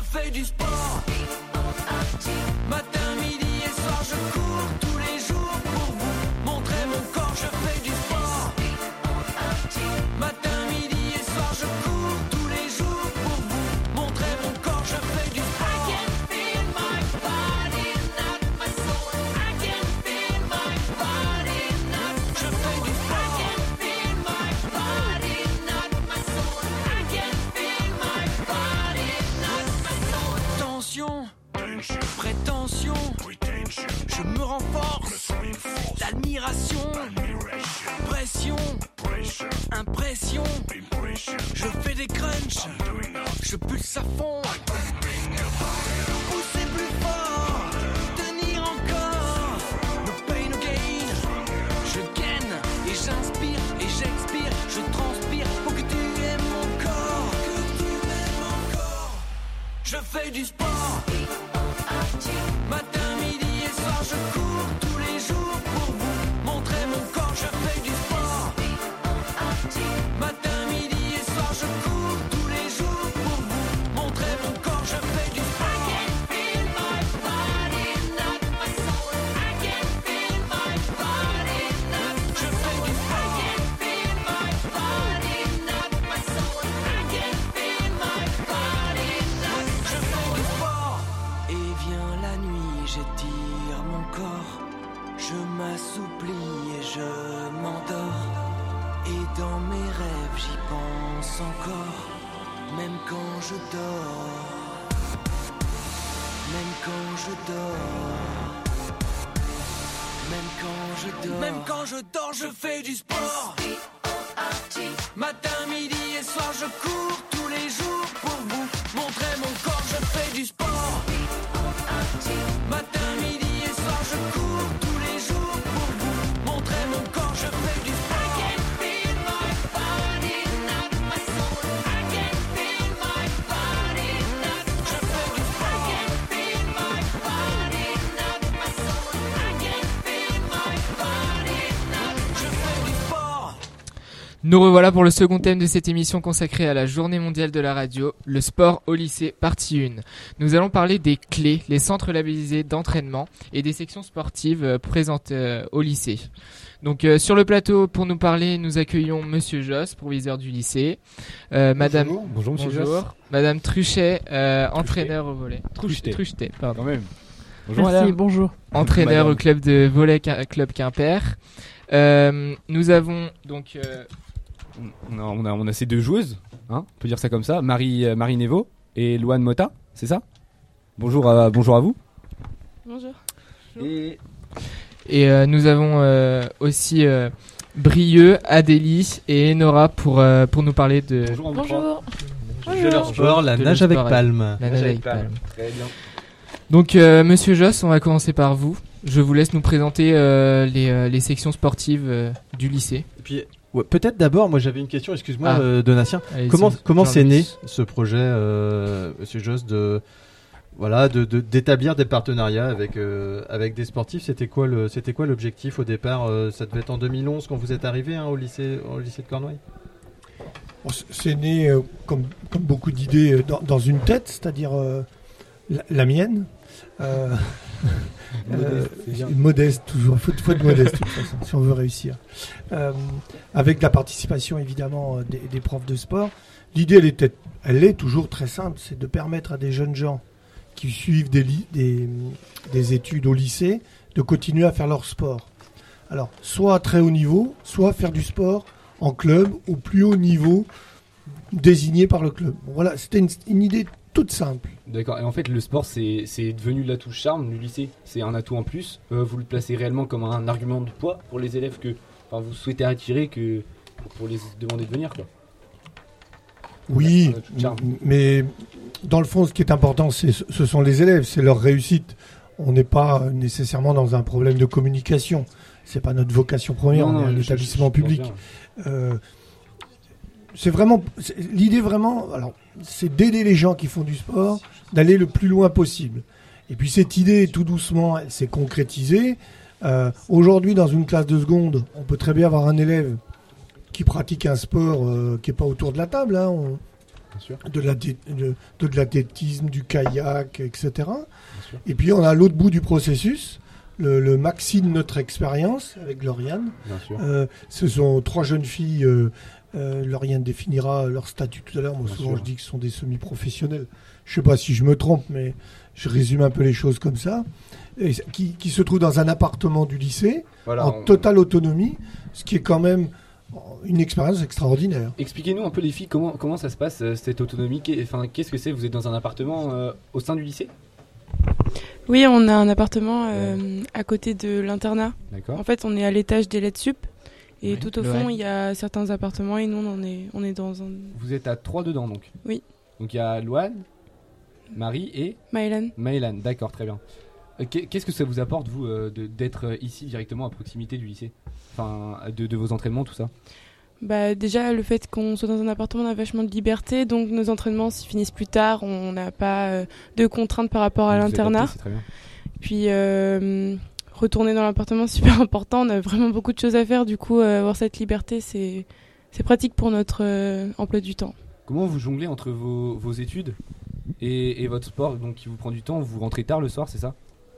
fais du sport. Matin, midi et soir, je cours tous les jours pour vous montrer mon corps. Je fais du sport. Matin, midi et soir, je cours tous les jours pour vous montrer mon corps. Je fais du sport. I can feel my body, not my soul. I can feel my body, not je fais du sport. I can feel my body, not my soul. I can feel my body, not my soul. Tension, prétention, je me renforce. L'admiration, pression, impression. Je fais des crunchs, je pulse à fond. Pousser plus fort, tenir encore. No pain, no gain. Je gaine et j'inspire et j'expire. Je transpire pour que tu aimes mon corps. Je fais du sport. Matin, midi et soir, je cours tous les jours pour vous montrer mon corps. Je fais du sport. Matin, midi et soir, je cours tous les jours pour vous montrer mon corps. Je fais du sport. I can feel my body, not my soul. I can feel my body, not je fais du sport. I can feel my body, not my soul. I can feel my body, not je fais du sport. Et vient la nuit, j'étire mon corps. Je m'assouplis et je m'endors. Et dans mes rêves, j'y pense encore. Même quand je dors. Même quand je dors. Même quand je dors. Même quand je dors, je fais du sport. Matin, midi et soir, je cours tous les jours pour vous montrer mon corps. Je fais du sport. Matin, midi et soir, je cours tous les jours pour vous montrer mon corps. Je fais du sport. I can feel my body, not my soul. I can feel my body, not je fais du sport. I can feel my body, not my soul. I can feel my body, not je fais du sport. Nous revoilà pour le second thème de cette émission consacrée à la Journée mondiale de la radio, le sport au lycée, partie 1. Nous allons parler des clés, les centres labellisés d'entraînement et des sections sportives présentes au lycée. Donc sur le plateau pour nous parler, nous accueillons Monsieur Josse, proviseur du lycée, Madame Bonjour Monsieur Josse. Madame Truchet, entraîneur au volley. Truchet, pardon. Quand même. Bonjour Merci, madame. bonjour. Entraîneur au club de volley Club Quimper. Nous avons donc On a ces deux joueuses, hein, on peut dire ça comme ça, Marie Nevo et Louane Mota, c'est ça ? Bonjour à vous. Bonjour. Et nous avons aussi Brieux, Adélie et Enora pour nous parler de Bonjour. De leur sport, la nage avec palme. La nage avec palme. Très bien. Donc Monsieur Josse, on va commencer par vous. Je vous laisse nous présenter les sections sportives du lycée. Et puis ouais, peut-être d'abord, moi j'avais une question, excuse-moi Donatien. Allez, Comment c'est né ce projet, Monsieur Josse, d'établir des partenariats avec des sportifs? C'était quoi l'objectif au départ? Ça devait être en 2011 quand vous êtes arrivé au lycée de Cornouailles. C'est né comme beaucoup d'idées dans une tête, c'est-à-dire la mienne. Modeste toujours, faut être modeste de toute façon si on veut réussir. Avec la participation évidemment des profs de sport. L'idée elle est toujours très simple, c'est de permettre à des jeunes gens qui suivent des études au lycée de continuer à faire leur sport. Alors soit à très haut niveau, soit faire du sport en club au plus haut niveau désigné par le club. Voilà, c'était une idée toute simple. D'accord, et en fait le sport c'est devenu la touche charme du lycée, c'est un atout en plus. Vous le placez réellement comme un argument de poids pour les élèves que vous souhaitez attirer que pour les demander de venir, quoi. Oui, mais dans le fond ce qui est important ce sont les élèves, c'est leur réussite. On n'est pas nécessairement dans un problème de communication, c'est pas notre vocation première, on est un établissement public. C'est vraiment l'idée vraiment. Alors, c'est d'aider les gens qui font du sport, d'aller le plus loin possible. Et puis cette idée, tout doucement, elle s'est concrétisée. Aujourd'hui, dans une classe de seconde, on peut très bien avoir un élève qui pratique un sport qui est pas autour de la table. Hein. de l'athlétisme, du kayak, etc. Et puis on a l'autre bout du processus, le maxi de notre expérience avec Lauriane. Ce sont 3 jeunes filles. Lauriane définira leur statut tout à l'heure. Moi, souvent, je dis que ce sont des semi-professionnels. Je sais pas si je me trompe, mais je résume un peu les choses comme ça. Et qui se trouvent dans un appartement du lycée, en totale autonomie, ce qui est quand même une expérience extraordinaire. Expliquez-nous un peu, les filles, comment ça se passe, cette autonomie. Qu'est-ce que c'est? Vous êtes dans un appartement au sein du lycée? Oui, on a un appartement à côté de l'internat. D'accord. En fait, on est à l'étage des lettres sup. Et Ouais. tout au fond, il y a certains appartements et nous, on est dans un... Vous êtes à 3 dedans, donc? Oui. Donc il y a Loane, Marie et Maëlan, d'accord, très bien. Qu'est-ce que ça vous apporte, vous, d'être ici directement à proximité du lycée? Enfin, de vos entraînements, tout ça? Bah, déjà, le fait qu'on soit dans un appartement, on a vachement de liberté, donc nos entraînements finissent plus tard, on n'a pas de contraintes par rapport à l'internat. C'est très bien. Puis, retourner dans l'appartement, c'est super important, on a vraiment beaucoup de choses à faire, du coup, avoir cette liberté, c'est pratique pour notre emploi du temps. Comment vous jonglez entre vos études et votre sport, donc qui vous prend du temps? Vous rentrez tard le soir, c'est ça?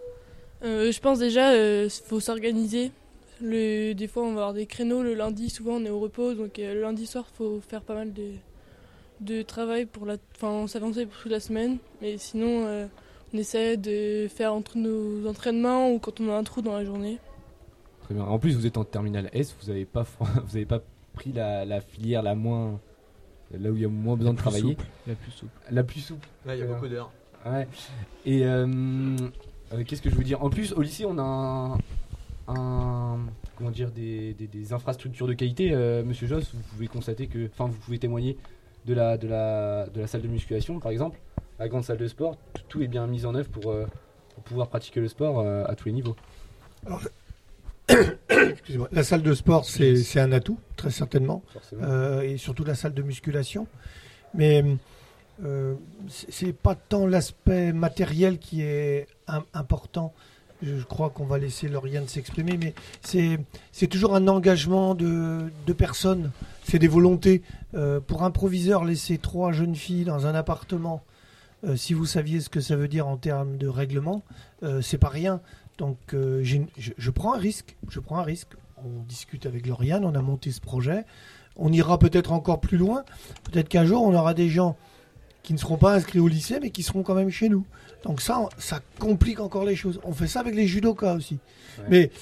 Je pense déjà, faut s'organiser. Des fois, on va avoir des créneaux. Le lundi, souvent, on est au repos. Donc, le lundi soir, faut faire pas mal de travail pour s'avancer pour toute la semaine. Mais sinon, on essaie de faire entre nos entraînements ou quand on a un trou dans la journée. Très bien. En plus, vous êtes en terminale S. Vous n'avez pas pris la filière la moins... Là où il y a moins besoin de travailler. La plus souple. Là, il y a beaucoup d'heures. Ouais. Et qu'est-ce que je veux dire? En plus, au lycée, on a comment dire, des infrastructures de qualité. Monsieur Josse, vous pouvez constater vous pouvez témoigner de la salle de musculation, par exemple, la grande salle de sport. Tout est bien mis en œuvre pour pouvoir pratiquer le sport à tous les niveaux. Alors, excusez-moi, la salle de sport, c'est un atout, très certainement, et surtout la salle de musculation. Mais c'est pas tant l'aspect matériel qui est important. Je crois qu'on va laisser Lauriane s'exprimer, mais c'est toujours un engagement de personnes. C'est des volontés. Pour un proviseur, laisser 3 jeunes filles dans un appartement, si vous saviez ce que ça veut dire en termes de règlement, c'est pas rien. Donc je prends un risque. On discute avec Lauriane, on a monté ce projet. On ira peut-être encore plus loin. Peut-être qu'un jour, on aura des gens qui ne seront pas inscrits au lycée, mais qui seront quand même chez nous. Donc ça complique encore les choses. On fait ça avec les judokas aussi. Ouais. Mais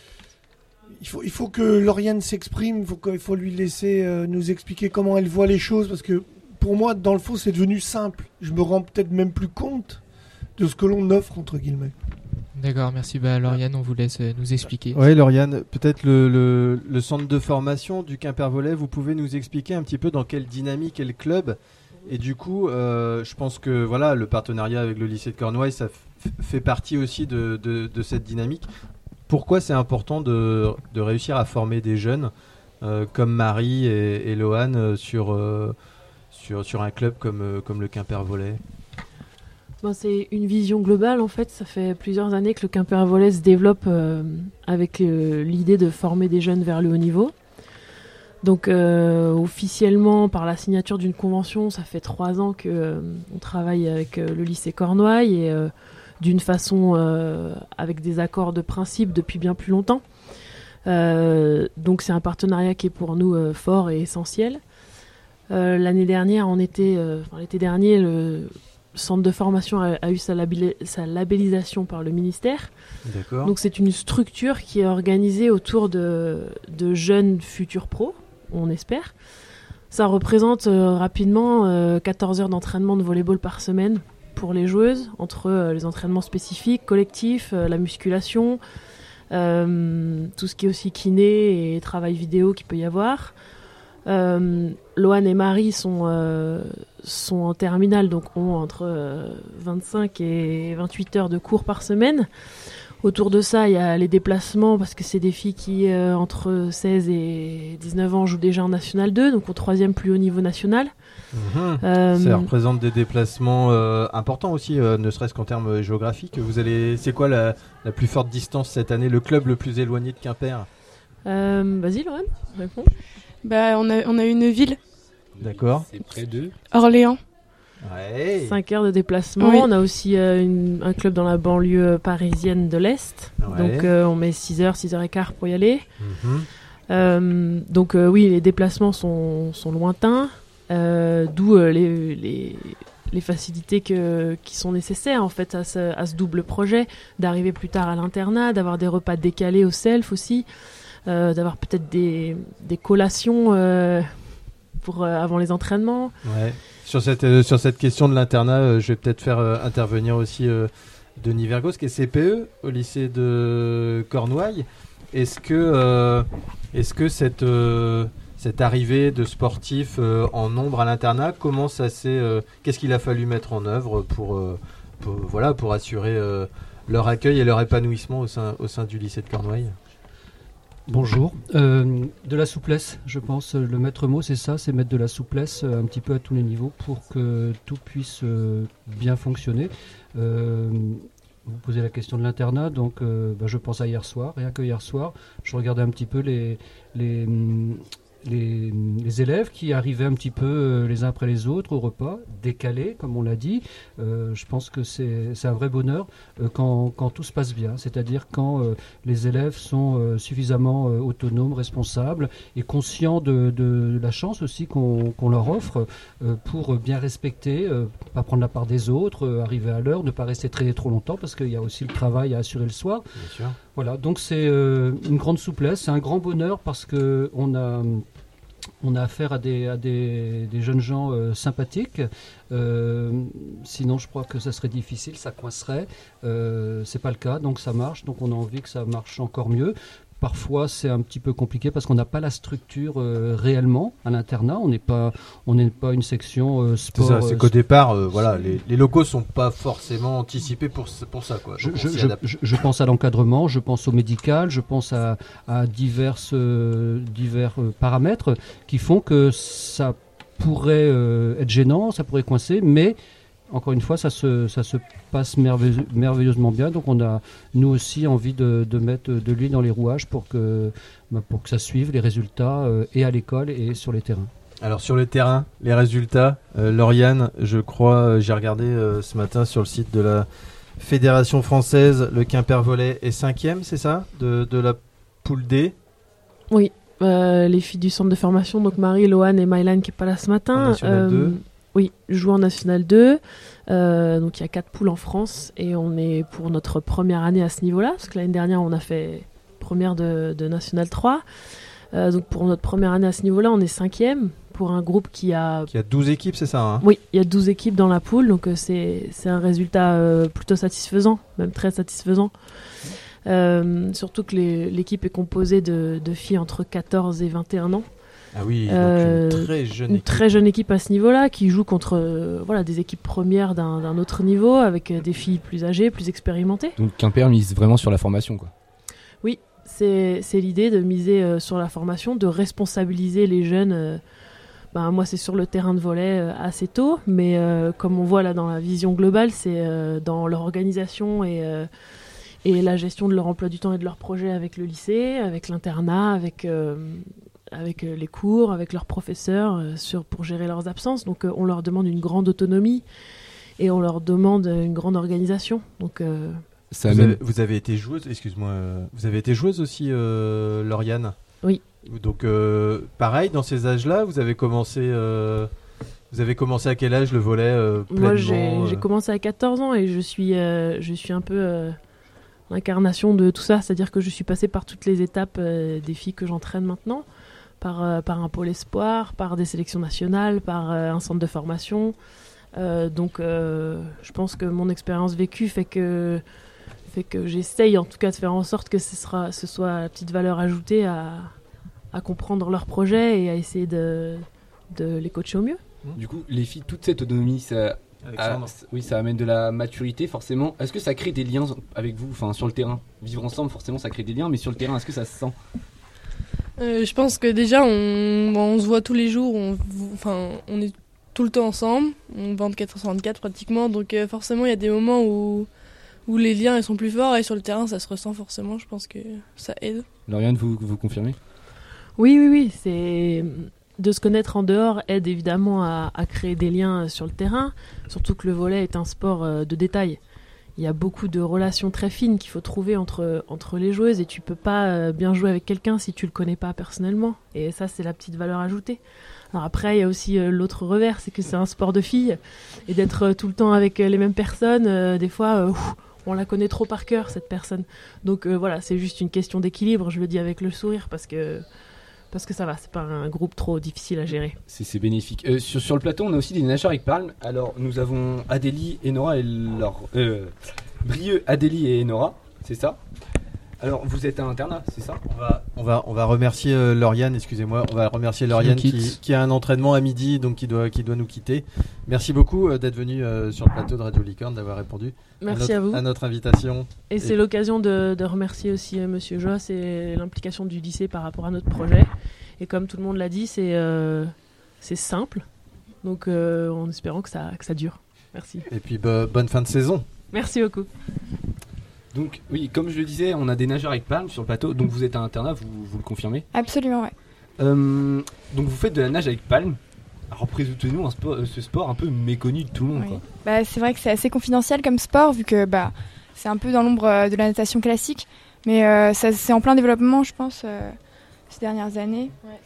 il faut que Lauriane s'exprime, il faut lui laisser nous expliquer comment elle voit les choses, parce que pour moi, dans le fond, c'est devenu simple. Je me rends peut-être même plus compte de ce que l'on offre, entre guillemets. D'accord, merci. Lauriane, on vous laisse nous expliquer. Oui, Lauriane, peut-être le centre de formation du Quimper-Volley, vous pouvez nous expliquer un petit peu dans quelle dynamique est le club? Et du coup, je pense que voilà, le partenariat avec le lycée de Cornouailles, ça fait partie aussi de cette dynamique. Pourquoi c'est important de réussir à former des jeunes comme Marie et Loane sur un club comme le Quimper-Volley? C'est une vision globale en fait. Ça fait plusieurs années que le Quimper-Volley se développe avec l'idée de former des jeunes vers le haut niveau. Donc officiellement, par la signature d'une convention, ça fait 3 ans qu'on travaille avec le lycée Cornouailles et d'une façon avec des accords de principe depuis bien plus longtemps. Donc c'est un partenariat qui est pour nous fort et essentiel. L'année dernière, l'été dernier, le centre de formation a eu sa labellisation par le ministère. D'accord. Donc c'est une structure qui est organisée autour de jeunes futurs pros, on espère. Ça représente rapidement 14 heures d'entraînement de volleyball par semaine pour les joueuses, entre les entraînements spécifiques, collectifs, la musculation, tout ce qui est aussi kiné et travail vidéo qu'il peut y avoir. Loane et Marie sont en terminale, donc ont entre 25 et 28 heures de cours par semaine. Autour de ça, il y a les déplacements, parce que c'est des filles qui, entre 16 et 19 ans, jouent déjà en National 2, donc au 3e plus haut niveau national. Ça représente des déplacements importants aussi, ne serait-ce qu'en termes géographiques. C'est quoi la plus forte distance cette année, le club le plus éloigné de Quimper? Vas-y, Laurent, réponds. On a une ville D'accord. C'est près de Orléans. Ouais. 5 heures de déplacement. Oui. On a aussi un club dans la banlieue parisienne de l'Est. Ouais. Donc on met 6h, 6h15 pour y aller. Mhm. Donc oui, les déplacements sont lointains, d'où les facilités qui sont nécessaires en fait à ce double projet, d'arriver plus tard à l'internat, d'avoir des repas décalés au self aussi, d'avoir peut-être des collations pour avant les entraînements. Ouais. Sur cette question de l'internat, je vais peut-être faire intervenir aussi Denis Vergos, qui est CPE au lycée de Cornouailles. Est-ce que cette arrivée de sportifs en nombre à l'internat, comment ça qu'est-ce qu'il a fallu mettre en œuvre pour assurer leur accueil et leur épanouissement au sein du lycée de Cornouailles? Bonjour. De la souplesse, je pense. Le maître mot, c'est ça, c'est mettre de la souplesse un petit peu à tous les niveaux pour que tout puisse bien fonctionner. Vous posez la question de l'internat, donc je pense à hier soir. Rien que hier soir, je regardais un petit peu les élèves qui arrivaient un petit peu les uns après les autres au repas, décalés, comme on l'a dit. Je pense que c'est un vrai bonheur quand tout se passe bien, c'est-à-dire quand les élèves sont suffisamment autonomes, responsables et conscients de la chance aussi qu'on leur offre pour bien respecter, pas prendre la part des autres, arriver à l'heure, ne pas rester traîner trop longtemps parce qu'il y a aussi le travail à assurer le soir. Bien sûr. Voilà, donc c'est une grande souplesse, c'est un grand bonheur parce que on a affaire à des jeunes gens sympathiques. Sinon, je crois que ça serait difficile, ça coincerait. C'est pas le cas, donc ça marche. Donc on a envie que ça marche encore mieux. Parfois, c'est un petit peu compliqué parce qu'on n'a pas la structure réellement à l'internat. On n'est pas une section sport. C'est ça, c'est qu'au départ, les locaux sont pas forcément anticipés pour ça, quoi. Je pense à l'encadrement, je pense au médical, je pense à divers paramètres qui font que ça pourrait être gênant, ça pourrait coincer, mais encore une fois, ça se passe merveilleusement bien. Donc on a, nous aussi, envie de mettre de l'huile dans les rouages pour que ça suive les résultats et à l'école et sur les terrains. Alors sur le terrain, les résultats, Lauriane, je crois, j'ai regardé ce matin sur le site de la Fédération française, le Quimper Volley est 5e, c'est ça, de la poule D? Oui, les filles du centre de formation, donc Marie, Loane et Mylan qui n'est pas là ce matin. En National 2. Oui, jouent en National 2. Donc il y a 4 poules en France et on est pour notre première année à ce niveau-là, parce que l'année dernière on a fait première de National 3. Donc pour notre première année à ce niveau-là, on est 5e pour un groupe qui a 12 équipes, c'est ça, hein? Oui, il y a 12 équipes dans la poule, donc c'est un résultat plutôt satisfaisant, même très satisfaisant. Surtout que l'équipe est composée de filles entre 14 et 21 ans. Ah oui, donc une très jeune équipe à ce niveau-là qui joue contre des équipes premières d'un autre niveau avec des filles plus âgées, plus expérimentées. Donc Quimper mise vraiment sur la formation, quoi. Oui, c'est l'idée de miser sur la formation, de responsabiliser les jeunes. Moi, c'est sur le terrain de volley assez tôt, mais comme on voit là dans la vision globale, c'est dans leur organisation et la gestion de leur emploi du temps et de leur projet avec le lycée, avec l'internat, avec les cours, avec leurs professeurs pour gérer leurs absences. Donc on leur demande une grande autonomie et on leur demande une grande organisation. Donc, vous avez été joueuse, excuse-moi, vous avez été joueuse aussi, Lauriane? Oui. Donc pareil, dans ces âges-là, vous avez commencé à quel âge le volley pleinement? Moi j'ai commencé à 14 ans et je suis un peu l'incarnation de tout ça, c'est-à-dire que je suis passée par toutes les étapes des filles que j'entraîne maintenant. Par un pôle espoir, par des sélections nationales, par un centre de formation. Donc je pense que mon expérience vécue fait que j'essaye en tout cas de faire en sorte que ce soit la petite valeur ajoutée à comprendre leur projet et à essayer de les coacher au mieux. Du coup, les filles, toute cette autonomie, ça amène de la maturité forcément. Est-ce que ça crée des liens avec vous, sur le terrain? Vivre ensemble, forcément, ça crée des liens, mais sur le terrain, est-ce que ça se sent? Je pense que déjà on se voit tous les jours, on est tout le temps ensemble, on 24 sur 24 pratiquement, donc forcément il y a des moments où les liens ils sont plus forts et sur le terrain ça se ressent forcément, je pense que ça aide. Lauriane, vous confirmez? Oui, c'est de se connaître en dehors aide évidemment à créer des liens sur le terrain, surtout que le volley est un sport de détail. Il y a beaucoup de relations très fines qu'il faut trouver entre les joueuses et tu peux pas bien jouer avec quelqu'un si tu le connais pas personnellement. Et ça, c'est la petite valeur ajoutée. Alors après, il y a aussi l'autre revers, c'est que c'est un sport de filles et d'être tout le temps avec les mêmes personnes, des fois, on la connaît trop par cœur, cette personne. Donc voilà, c'est juste une question d'équilibre, je le dis avec le sourire parce que ça va, c'est pas un groupe trop difficile à gérer. C'est bénéfique. Sur le plateau, on a aussi des nageurs avec palme. Alors, nous avons Adélie et Nora et Brieux, Adélie et Nora, c'est ça. Alors, vous êtes à internat, c'est ça? On va remercier Lauriane, excusez-moi. On va remercier Lauriane qui a un entraînement à midi, donc qui doit nous quitter. Merci beaucoup d'être venu sur le plateau de Radio Licorne, d'avoir répondu Merci à vous. À notre invitation. Et c'est l'occasion de remercier aussi Monsieur Joss et l'implication du lycée par rapport à notre projet. Et comme tout le monde l'a dit, c'est simple. Donc en espérant que ça dure. Merci. Et puis bonne fin de saison. Merci beaucoup. Donc oui, comme je le disais, on a des nageurs avec palme sur le plateau. Donc vous êtes à internat, vous le confirmez? Absolument, ouais. Donc vous faites de la nage avec palme. Alors présentez-nous ce sport un peu méconnu de tout le monde. Oui. Quoi. C'est vrai que c'est assez confidentiel comme sport vu que c'est un peu dans l'ombre de la natation classique. Mais c'est en plein développement, je pense, ces dernières années.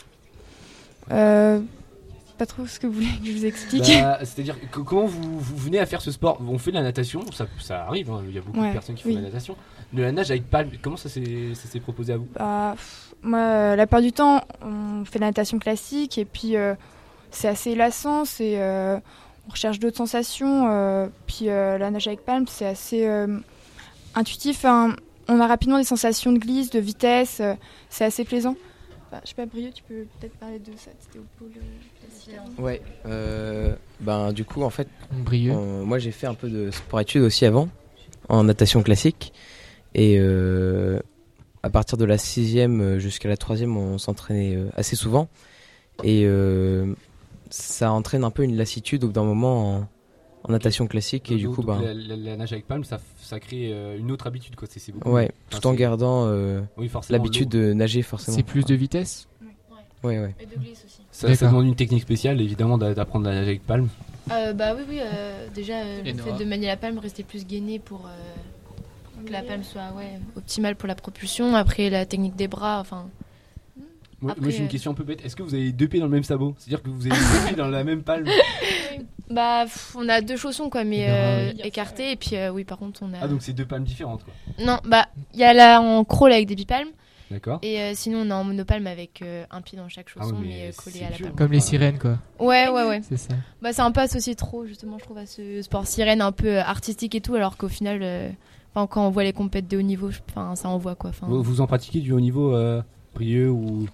Ouais. Pas trop ce que vous voulez que je vous explique. C'est-à-dire comment vous venez à faire ce sport? On fait de la natation, ça arrive, hein, il y a beaucoup de personnes qui font de la natation. De la nage avec palme, comment ça s'est proposé à vous? Moi, la plupart du temps, on fait de la natation classique et puis c'est assez lassant, on recherche d'autres sensations. Puis la nage avec palme, c'est assez intuitif. Hein. On a rapidement des sensations de glisse, de vitesse, c'est assez plaisant. Je sais pas, Brieux, tu peux peut-être parler de ça, c'était au pôle classique. Ouais, du coup, en fait, Brieux. Moi j'ai fait un peu de sport-études aussi avant, en natation classique. Et à partir de la 6e jusqu'à la 3e, on s'entraînait assez souvent. Et ça entraîne un peu une lassitude au bout d'un moment en natation classique. Et du coup, la nage avec palme, ça crée une autre habitude, quoi. C'est beaucoup. Ouais, tout en gardant l'habitude de nager forcément. C'est plus de vitesse? Ouais. Et de glisse aussi. Ça demande une technique spéciale, évidemment, d'apprendre à nager avec palme. Oui. Déjà, le fait de manier la palme, rester plus gainé pour que la palme soit optimale pour la propulsion. Après, la technique des bras, enfin. Moi j'ai une question un peu bête. Est-ce que vous avez deux pieds dans le même sabot? C'est-à-dire que vous avez deux pieds dans la même palme? On a deux chaussons, quoi, mais écartés. Et puis, oui, par contre, on a. Ah, donc c'est deux palmes différentes, quoi. Non, il y a là en crawl avec des bipalmes. D'accord. Et sinon, on est en monopalme avec un pied dans chaque chausson, mais collé à la palme. Comme les sirènes, quoi. Ouais. C'est ça. C'est un peu associé trop, justement, je trouve, à ce sport sirène un peu artistique et tout, alors qu'au final, quand on voit les compètes de haut niveau, ça envoie, quoi. Vous en pratiquez du haut niveau, Brieux ou.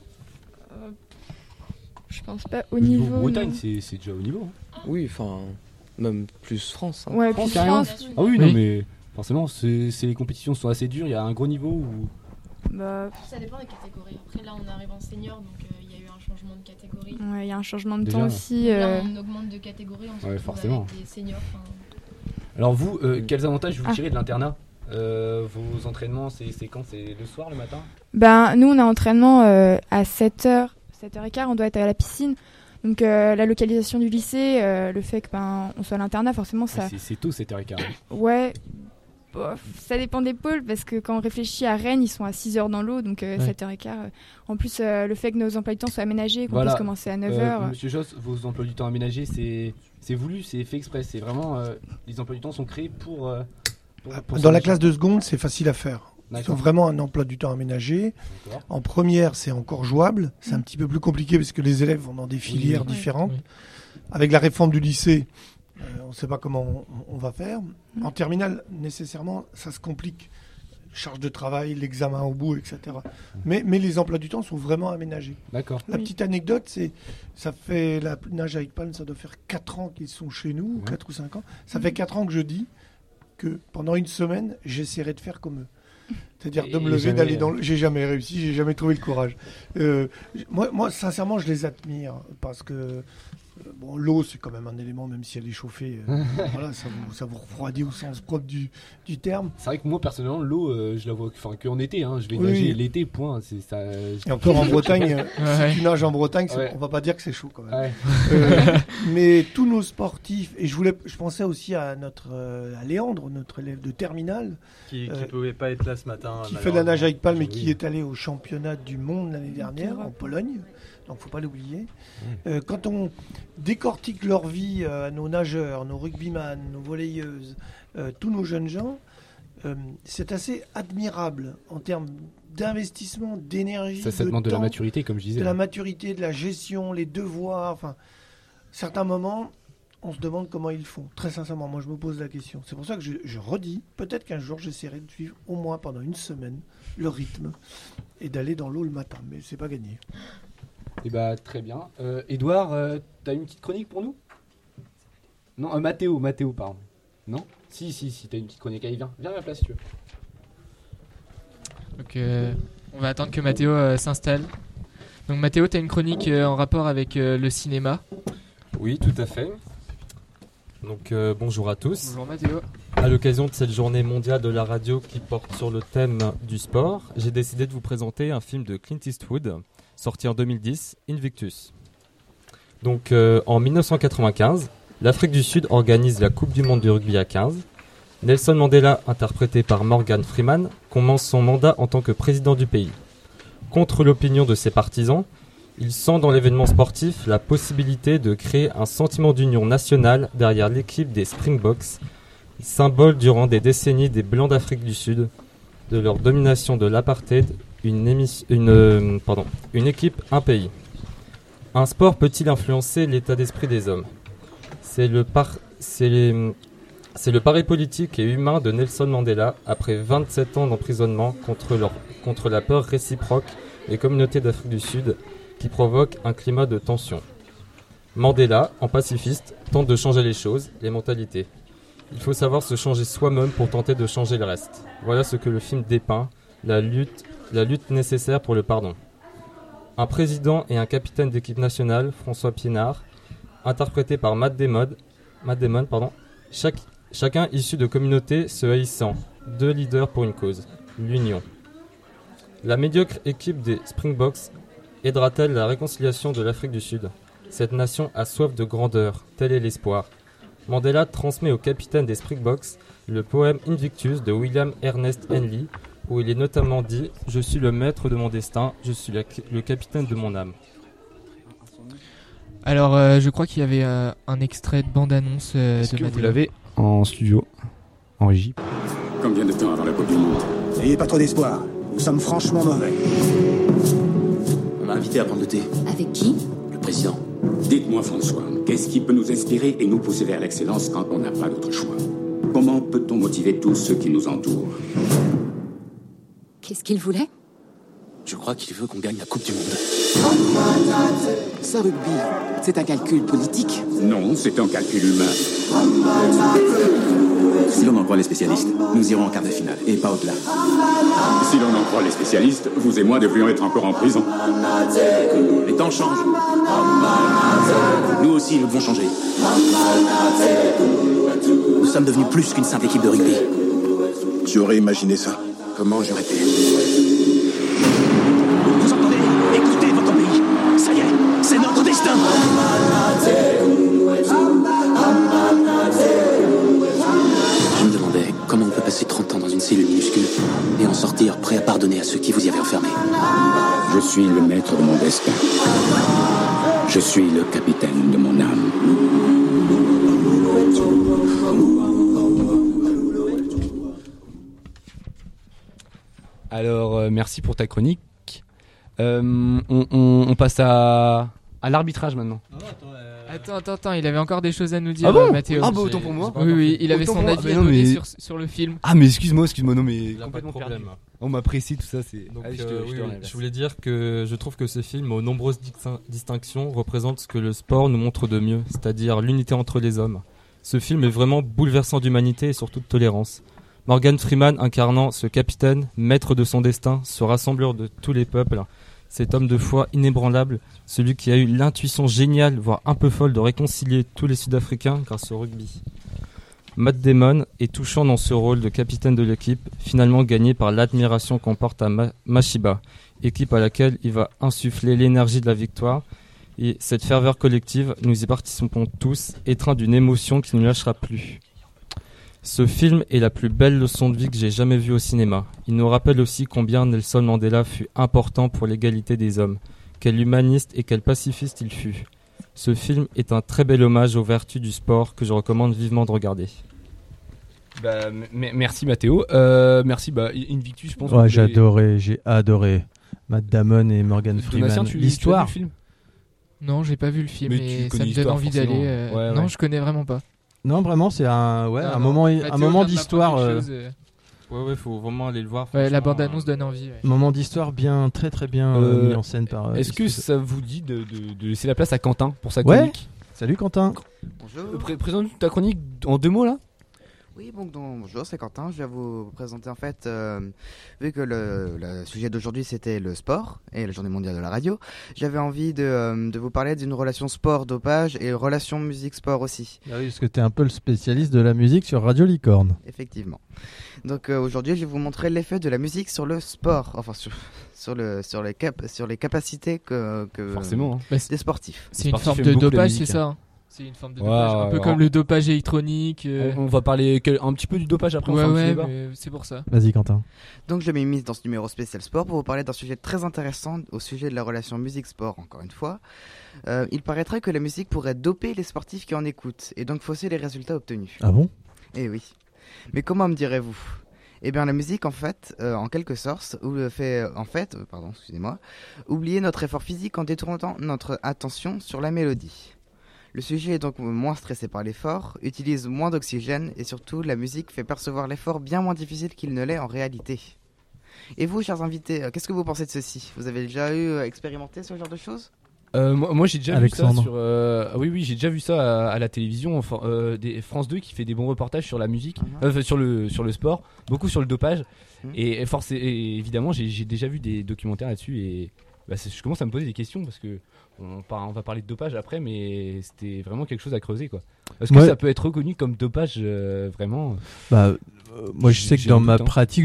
Je pense pas au niveau. Bretagne, c'est déjà au niveau. Hein. Oui, même plus France. Hein. Ouais, plus France. Ah oui, non, mais forcément, les compétitions sont assez dures. Il y a un gros niveau ou. Ça dépend des catégories. Après, là, on arrive en senior, donc il y a eu un changement de catégorie. Ouais, il y a un changement de temps ouais. aussi. Là, on augmente de catégorie, on se retrouve forcément. avec des seniors. Alors vous, quels avantages vous tirez de l'internat? Vos entraînements, c'est quand? C'est le soir, le matin? Nous, on a entraînement à 7h, 7h15, on doit être à la piscine. Donc la localisation du lycée, le fait que on soit à l'internat, forcément ça... C'est tôt, 7h15. Ouais, ça dépend des pôles, parce que quand on réfléchit à Rennes, ils sont à 6h dans l'eau, donc 7h15. En plus, le fait que nos emplois du temps soient aménagés, qu'on puisse commencer à 9h... Monsieur Joss, vos emplois du temps aménagés, c'est voulu, c'est fait exprès. C'est vraiment... les emplois du temps sont créés pour dans la classe de seconde, c'est facile à faire. Ils ont vraiment un emploi du temps aménagé. En première, c'est encore jouable. C'est un petit peu plus compliqué parce que les élèves vont dans des filières différentes. Oui. Avec la réforme du lycée, on ne sait pas comment on va faire. En terminale, nécessairement, ça se complique. Charge de travail, l'examen au bout, etc. Mais les emplois du temps sont vraiment aménagés. D'accord. La petite anecdote, ça fait la nage avec palme, ça doit faire 4 ans qu'ils sont chez nous, 4 ou 5 ans. Ça fait 4 ans que je dis que pendant une semaine, j'essaierai de faire comme eux. C'est-à-dire de me lever, d'aller dans le... J'ai jamais réussi, j'ai jamais trouvé le courage. Moi, sincèrement, je les admire parce que Bon, l'eau, c'est quand même un élément, même si elle est chauffée, voilà, ça vous refroidit au sens propre du terme. C'est vrai que moi, personnellement, l'eau, je la vois qu'en été. Hein. Je vais Oui, nager oui. l'été, point. C'est ça. Et encore en Bretagne, Ouais. si tu nages en Bretagne, Ouais. on va pas dire que c'est chaud quand même. Ouais. Mais tous nos sportifs, et je pensais aussi à à Léandre, notre élève de terminale, Qui pouvait pas être là ce matin. qui fait de la nage avec palme et qui est allé au championnat du monde l'année dernière en Pologne. Donc faut pas l'oublier. Quand on décortique leur vie à nos nageurs, nos rugbyman, nos volleyeuses, tous nos jeunes gens, c'est assez admirable en termes d'investissement, d'énergie, Ça de demande de la temps, maturité, comme je disais. de la maturité, de la gestion, les devoirs. Enfin, certains moments, on se demande comment ils font. Très sincèrement, moi je me pose la question. C'est pour ça que je redis, peut-être qu'un jour j'essaierai de suivre au moins pendant une semaine le rythme et d'aller dans l'eau le matin, mais c'est pas gagné. Et bah très bien. Edouard, t'as une petite chronique pour nous? Non, Mathéo, pardon. Non? Si, t'as une petite chronique. Allez, viens à ma place si tu veux. Donc, on va attendre que Mathéo s'installe. Donc, Mathéo, t'as une chronique en rapport avec le cinéma. Oui, tout à fait. Donc, bonjour à tous. Bonjour Mathéo. À l'occasion de cette journée mondiale de la radio qui porte sur le thème du sport, j'ai décidé de vous présenter un film de Clint Eastwood, sorti en 2010, Invictus. Donc, en 1995, l'Afrique du Sud organise la Coupe du Monde du rugby à 15. Nelson Mandela, interprété par Morgan Freeman, commence son mandat en tant que président du pays. Contre l'opinion de ses partisans, il sent dans l'événement sportif la possibilité de créer un sentiment d'union nationale derrière l'équipe des Springboks, symbole durant des décennies des Blancs d'Afrique du Sud, de leur domination de l'apartheid, une équipe, un pays. Un sport peut-il influencer l'état d'esprit des hommes? C'est le pari politique et humain de Nelson Mandela après 27 ans d'emprisonnement contre la peur réciproque des communautés d'Afrique du Sud qui provoque un climat de tension. Mandela, en pacifiste, tente de changer les choses, les mentalités. Il faut savoir se changer soi-même pour tenter de changer le reste. Voilà ce que le film dépeint, la lutte nécessaire pour le pardon. Un président et un capitaine d'équipe nationale, François Pienaar, interprété par Matt Damon, chacun issu de communautés se haïssant, deux leaders pour une cause, l'union. La médiocre équipe des Springboks aidera-t-elle la réconciliation de l'Afrique du Sud? Cette nation a soif de grandeur, tel est l'espoir. Mandela transmet au capitaine des Springboks le poème Invictus de William Ernest Henley, où il est notamment dit « Je suis le maître de mon destin, je suis le capitaine de mon âme ». Alors, je crois qu'il y avait un extrait de bande-annonce Est-ce de que Mathéo. vous l'avez en studio, en régie? Combien de temps avant la Coupe du Monde? N'ayez pas trop d'espoir. Nous sommes franchement mauvais. On m'a invité à prendre le thé. Avec qui? Le président. Dites-moi François, qu'est-ce qui peut nous inspirer et nous pousser vers l'excellence quand on n'a pas d'autre choix? Comment peut-on motiver tous ceux qui nous entourent? Qu'est-ce qu'il voulait? Je crois qu'il veut qu'on gagne la Coupe du Monde. Ça, rugby, c'est un calcul politique? Non, c'est un calcul humain. Si l'on en croit les spécialistes, nous irons en quart de finale, et pas au-delà. Si l'on en croit les spécialistes, vous et moi devrions être encore en prison. Les temps changent. Nous aussi, nous devons changer. Nous sommes devenus plus qu'une simple équipe de rugby. J'aurais imaginé ça. Comment j'aurais pu? Vous entendez? Écoutez votre pays. Ça y est, c'est notre destin. Je me demandais comment on peut passer 30 ans dans une cellule minuscule et en sortir prêt à pardonner à ceux qui vous y avaient enfermé. Je suis le maître de mon destin. Je suis le capitaine de mon âme. Alors, merci pour ta chronique. On passe à l'arbitrage maintenant. Attends, il avait encore des choses à nous dire, Ah bon Mathéo. Ah bah autant pour moi. Oui, il avait Autant son pour moi. avis Mais à non, donner mais- sur le film. Ah mais excuse-moi, non mais Il y a pas de complètement problème. perdu. On m'apprécie tout ça, c'est. Donc, Allez, je oui, te oui, relève. je voulais dire que je trouve que ce film, aux nombreuses distinctions, représente ce que le sport nous montre de mieux, c'est-à-dire l'unité entre les hommes. Ce film est vraiment bouleversant d'humanité et surtout de tolérance. Morgan Freeman incarnant ce capitaine, maître de son destin, ce rassembleur de tous les peuples, cet homme de foi inébranlable, celui qui a eu l'intuition géniale, voire un peu folle, de réconcilier tous les Sud-Africains grâce au rugby. Matt Damon est touchant dans ce rôle de capitaine de l'équipe, finalement gagné par l'admiration qu'on porte à Mashiba, équipe à laquelle il va insuffler l'énergie de la victoire. Et cette ferveur collective, nous y participons tous, étreint d'une émotion qui ne lâchera plus. Ce film est la plus belle leçon de vie que j'ai jamais vue au cinéma. Il nous rappelle aussi combien Nelson Mandela fut important pour l'égalité des hommes. Quel humaniste et quel pacifiste il fut. Ce film est un très bel hommage aux vertus du sport que je recommande vivement de regarder. Merci Mathéo. Merci Invictus, je pense. Ouais, j'ai adoré Matt Damon et Morgan Freeman. L'histoire. Tu as vu le film ? Non, j'ai pas vu le film, mais ça me donne envie d'aller. Non, je connais vraiment pas. Non, vraiment, c'est un moment d'histoire. Ouais, faut vraiment aller le voir. Ouais, la bande-annonce donne envie. Ouais. Moment d'histoire très très bien mis en scène par. Est-ce que ça vous dit de laisser la place à Quentin pour sa chronique ? Salut Quentin. Bonjour. Présente ta chronique en 2 mots là. Oui, bonjour, c'est Quentin. Je vais vous présenter en fait, vu que le sujet d'aujourd'hui c'était le sport et la journée mondiale de la radio, j'avais envie de vous parler d'une relation sport-dopage et relation musique-sport aussi. Ah oui, parce que tu es un peu le spécialiste de la musique sur Radio Licorne. Effectivement. Donc aujourd'hui, je vais vous montrer l'effet de la musique sur le sport, enfin sur les capacités que forcément des sportifs. C'est une forme de dopage, c'est ça. C'est une forme de dopage, un peu comme le dopage électronique. On va parler un petit peu du dopage après. Mais c'est pour ça. Vas-y Quentin. Donc je m'ai mise dans ce numéro spécial sport pour vous parler d'un sujet très intéressant au sujet de la relation musique-sport, encore une fois. Il paraîtrait que la musique pourrait doper les sportifs qui en écoutent et donc fausser les résultats obtenus. Ah bon ? Eh oui. Mais comment me direz-vous ? Eh bien la musique en fait, en quelque sorte, oublier notre effort physique en détournant notre attention sur la mélodie. Le sujet est donc moins stressé par l'effort, utilise moins d'oxygène et surtout la musique fait percevoir l'effort bien moins difficile qu'il ne l'est en réalité. Et vous, chers invités, qu'est-ce que vous pensez de ceci ? Vous avez déjà expérimenté ce genre de choses ? Moi j'ai déjà Alexandre. vu ça sur oui j'ai déjà vu ça à la télévision, des France 2 qui fait des bons reportages sur la musique, sur le sport, beaucoup sur le dopage et évidemment j'ai déjà vu des documentaires là-dessus et je commence à me poser des questions parce que on va parler de dopage après, mais c'était vraiment quelque chose à creuser quoi. Est-ce que ça peut être reconnu comme dopage vraiment ? Moi je sais que dans ma pratique,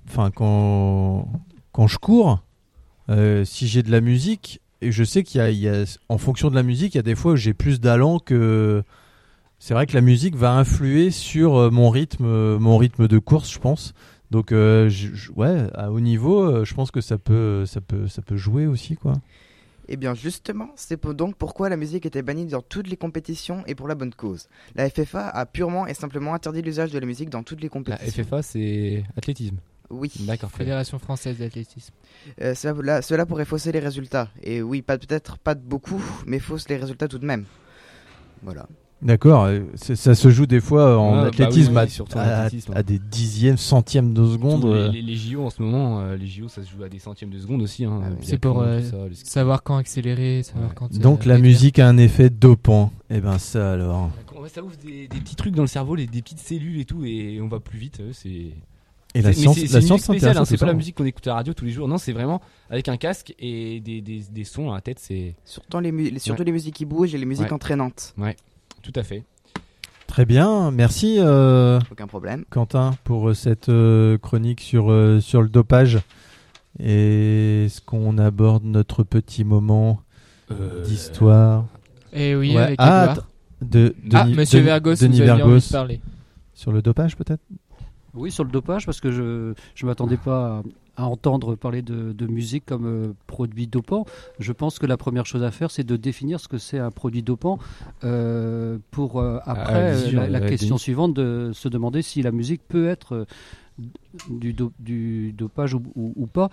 quand je cours, si j'ai de la musique, et je sais qu'il y a en fonction de la musique, il y a des fois où j'ai plus d'allant que. C'est vrai que la musique va influer sur mon rythme de course, je pense. Donc à haut niveau, je pense que ça peut jouer aussi quoi. Eh bien justement, c'est donc pourquoi la musique était bannie dans toutes les compétitions et pour la bonne cause. La FFA a purement et simplement interdit l'usage de la musique dans toutes les compétitions. La FFA, c'est athlétisme. Oui. D'accord. Fédération française d'athlétisme. Cela pourrait fausser les résultats. Et oui, peut-être pas de beaucoup, mais fausse les résultats tout de même. Voilà. D'accord, ça se joue des fois en athlétisme, à des dixièmes, centièmes de seconde. Les JO en ce moment, les JO ça se joue à des centièmes de seconde aussi. C'est pour savoir quand accélérer, savoir quand. Donc la musique a un effet dopant. Et ben ça alors. Ça ouvre des petits trucs dans le cerveau, des petites cellules et tout, et on va plus vite. Et la science, c'est pas la musique qu'on écoute à la radio tous les jours. Non, c'est vraiment avec un casque et des sons à la tête. C'est surtout les musiques qui bougent et les musiques entraînantes. Ouais. Tout à fait. Très bien, merci aucun problème. Quentin pour cette chronique sur le dopage. Et est-ce qu'on aborde notre petit moment d'histoire ? Eh oui, avec Edouard. Monsieur Vergos, Denis vous aviez Vergos, envie de parler. Sur le dopage peut-être ? Oui, sur le dopage, parce que je ne m'attendais pas à entendre parler de musique comme produit dopant. Je pense que la première chose à faire, c'est de définir ce que c'est un produit dopant pour après la question suivante de se demander si la musique peut être du dopage ou pas.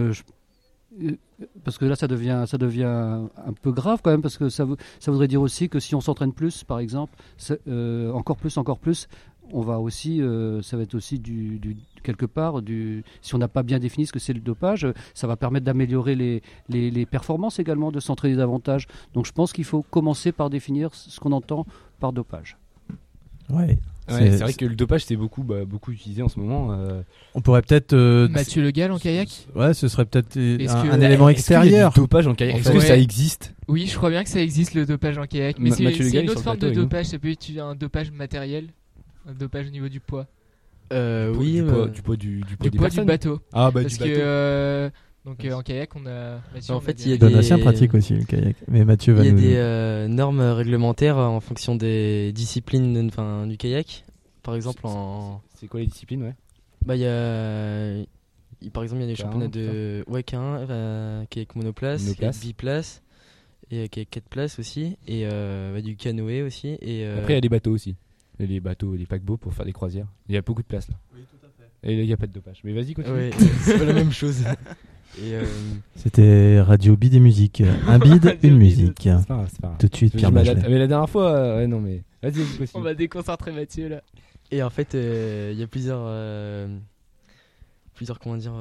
Parce que là, ça devient un peu grave quand même, parce que ça voudrait dire aussi que si on s'entraîne plus, par exemple, encore plus, on va aussi, ça va être aussi quelque part, si on n'a pas bien défini ce que c'est le dopage, ça va permettre d'améliorer les performances également, de s'entraîner davantage. Donc je pense qu'il faut commencer par définir ce qu'on entend par dopage. Ouais. Ouais, c'est vrai que le dopage c'est beaucoup utilisé en ce moment. On pourrait peut-être Mathieu Le Gall en kayak. Ouais, ce serait peut-être un que- élément est-ce qu'il y a extérieur. du dopage en kayak? Est-ce que ça existe? Oui, je crois bien que ça existe le dopage en kayak, mais c'est Mathieu Le Gall, une il autre est sur forme le de plateau avec dopage. Ça peut être un dopage matériel, un dopage au niveau du poids. Oui, du poids des du personnes. bateau. Ah bah parce du bateau. que en kayak on a. Mathieu, En on a fait, dit- il y a Donatien des- pratique aussi le kayak, mais Mathieu va Il y a nous. des normes réglementaires en fonction des disciplines du kayak. Par exemple, C'est quoi les disciplines, ouais? bah il y a par exemple il y a des K1, championnats de K1, kayak monoplace, Monoplace. kayak biplace et kayak 4 places aussi et du canoë aussi et Après il y a des bateaux aussi. Les bateaux, les paquebots pour faire des croisières. Il y a beaucoup de place là. Oui, tout à fait. Et il n'y a pas de dopage. Mais vas-y, continue. Ouais, c'est pas la même chose. Et C'était Radio Bide et Musique. Un bide, une musique. C'est pas grave. Tout de suite, Pierre Bachelet. Mais la dernière fois, ouais, non, mais. Vas-y, continue. On va déconcentrer Mathieu là. Et en fait, il y a plusieurs comment dire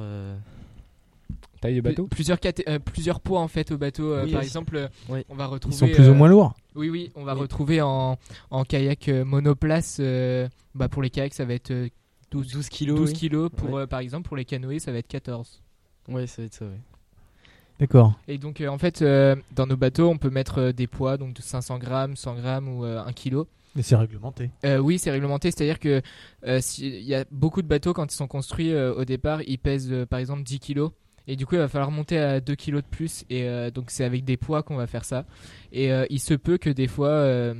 Taille de bateau. Plusieurs poids en fait au bateau. Oui, par oui. exemple, Oui. on va retrouver. Ils sont plus ou moins lourds. Oui, on va retrouver en kayak monoplace. Pour les kayaks, ça va être 12 kilos. 12 oui. kilos pour Ouais. par exemple pour les canoës, ça va être 14. Ouais, ça va être ça, ouais. D'accord. Et donc en fait, dans nos bateaux, on peut mettre des poids donc de 500 grammes, 100 grammes ou 1 kilo. Mais c'est réglementé. Oui, c'est réglementé, c'est-à-dire que il y a beaucoup de bateaux quand ils sont construits au départ, ils pèsent par exemple 10 kilos et du coup il va falloir monter à 2 kilos de plus et donc c'est avec des poids qu'on va faire ça. Et il se peut que des fois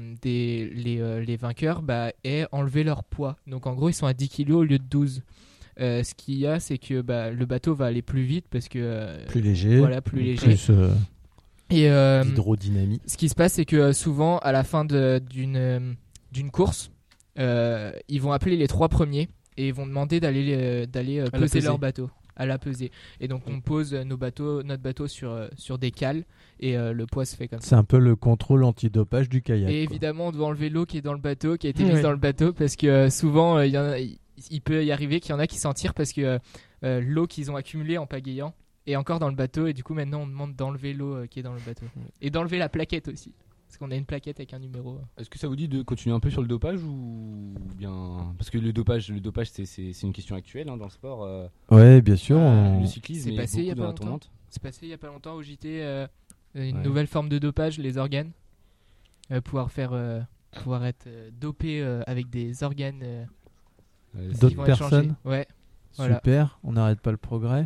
les vainqueurs aient enlevé leur poids. Donc en gros ils sont à 10 kilos au lieu de 12. Ce qu'il y a, c'est que le bateau va aller plus vite parce que Plus léger. Voilà, plus léger. Plus Et l'hydrodynamie. ce qui se passe, c'est que souvent, à la fin d'une course, ils vont appeler les 3 premiers et ils vont demander d'aller la peser peser. leur bateau, à la peser. Et donc, on pose notre bateau sur des cales et le poids se fait comme ça. C'est un peu le contrôle antidopage du kayak. Et quoi. évidemment, on doit enlever l'eau qui est dans le bateau, qui a été mise Ouais. dans le bateau, parce que souvent, il peut y arriver qu'il y en a qui s'en tirent parce que l'eau qu'ils ont accumulée en pagayant est encore dans le bateau et du coup maintenant on demande d'enlever l'eau qui est dans le bateau et d'enlever la plaquette aussi parce qu'on a une plaquette avec un numéro. Est-ce que ça vous dit de continuer un peu sur le dopage ou bien parce que le dopage c'est une question actuelle dans le sport. Ouais, bien sûr. Le cyclisme C'est est passé il y a beaucoup pas dans la longtemps. tourmente. C'est passé il y a pas longtemps au JT une Ouais. nouvelle forme de dopage, les organes. Pouvoir être dopé avec des organes. qui D'autres vont être changés. personnes. Ouais. Voilà. Super, on n'arrête pas le progrès.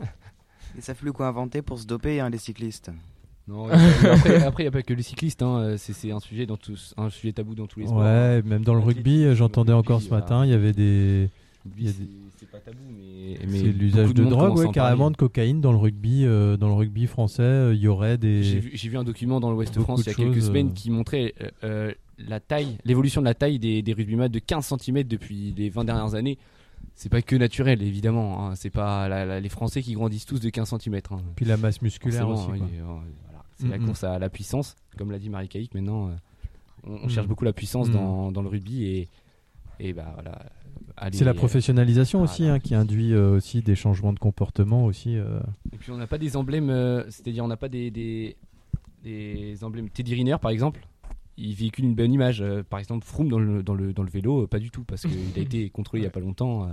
Ils savent plus quoi inventer pour se doper, les cyclistes. Non, après il n'y a pas que les cyclistes, c'est un sujet un sujet tabou dans tous les sports. Ouais, même dans le rugby, j'entendais encore ce matin, il y avait des. C'est pas tabou, mais C'est l'usage de drogue, ouais, carrément de cocaïne dans le rugby français. Il y aurait des. J'ai vu un document dans l'Ouest beaucoup France il y a de quelques choses, semaines qui montrait l'évolution de la taille des rugbyman de 15 cm depuis les 20 dernières années. C'est pas que naturel, évidemment. C'est pas les Français qui grandissent tous de 15 cm. Puis la masse musculaire aussi. Oui, quoi. voilà. C'est la course à la puissance, comme l'a dit Marie Caïque. Maintenant, on cherche beaucoup la puissance dans le rugby et voilà. C'est la professionnalisation aussi qui induit aussi des changements de comportement aussi. Et puis on n'a pas des emblèmes, c'est-à-dire on n'a pas des emblèmes. Teddy Riner par exemple, il véhicule une bonne image. Par exemple Froome dans le vélo, pas du tout parce qu'il a été contrôlé il y a pas longtemps.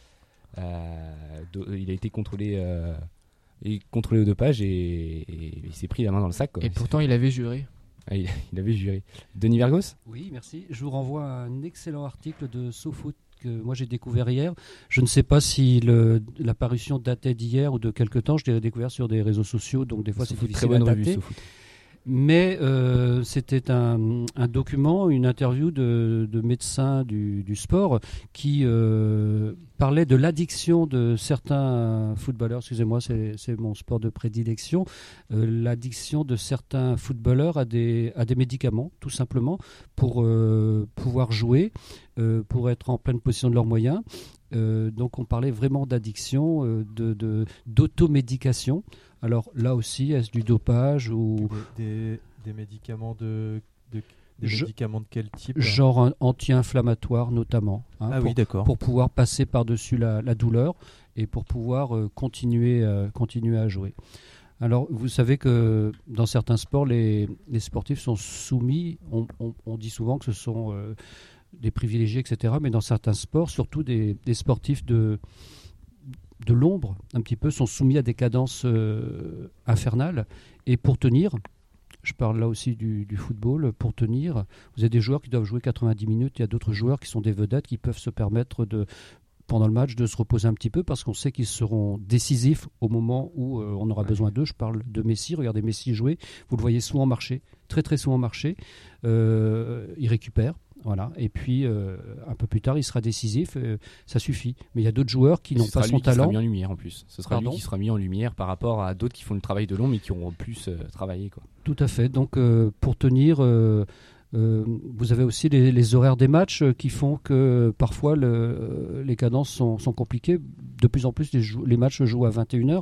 Il a été contrôlé au dopage et il s'est pris la main dans le sac. Quoi. Et pourtant il avait juré. Ah, il avait juré. Denis Vergos ? Oui, merci. Je vous renvoie à un excellent article de SoFoot que moi j'ai découvert hier. Je ne sais pas si la parution datait d'hier ou de quelque temps. Je l'ai découvert sur des réseaux sociaux, donc des fois c'est difficile à dater. Mais c'était un document, une interview de médecins du sport qui parlait de l'addiction de certains footballeurs. Excusez-moi, c'est mon sport de prédilection. L'addiction de certains footballeurs à des médicaments, tout simplement, pour pouvoir jouer, pour être en pleine possession de leurs moyens. Donc on parlait vraiment d'addiction, d'automédication. Alors là aussi, est-ce du dopage ou des médicaments médicaments de quel type? Genre anti-inflammatoire notamment. Oui, d'accord. Pour pouvoir passer par-dessus la douleur et pour pouvoir continuer à jouer. Alors, vous savez que dans certains sports, les sportifs sont soumis, on dit souvent que ce sont des privilégiés, etc. Mais dans certains sports, surtout des sportifs de l'ombre, un petit peu, sont soumis à des cadences infernales. Et pour tenir, je parle là aussi du football, pour tenir, vous avez des joueurs qui doivent jouer 90 minutes, il y a d'autres joueurs qui sont des vedettes qui peuvent se permettre pendant le match de se reposer un petit peu parce qu'on sait qu'ils seront décisifs au moment où on aura besoin d'eux. Je parle de Messi, regardez Messi jouer, vous le voyez souvent marcher, très très souvent marcher, il récupère. Voilà. Et puis, un peu plus tard, il sera décisif, ça suffit. Mais il y a d'autres joueurs qui n'ont pas son talent. Ce sera mis en lumière en plus. Ce sera lui qui sera mis en lumière par rapport à d'autres qui font le travail de l'ombre mais qui auront plus travaillé. Quoi. Tout à fait. Donc, pour tenir, vous avez aussi les horaires des matchs qui font que parfois les cadences sont compliquées. De plus en plus, les matchs se jouent à 21h.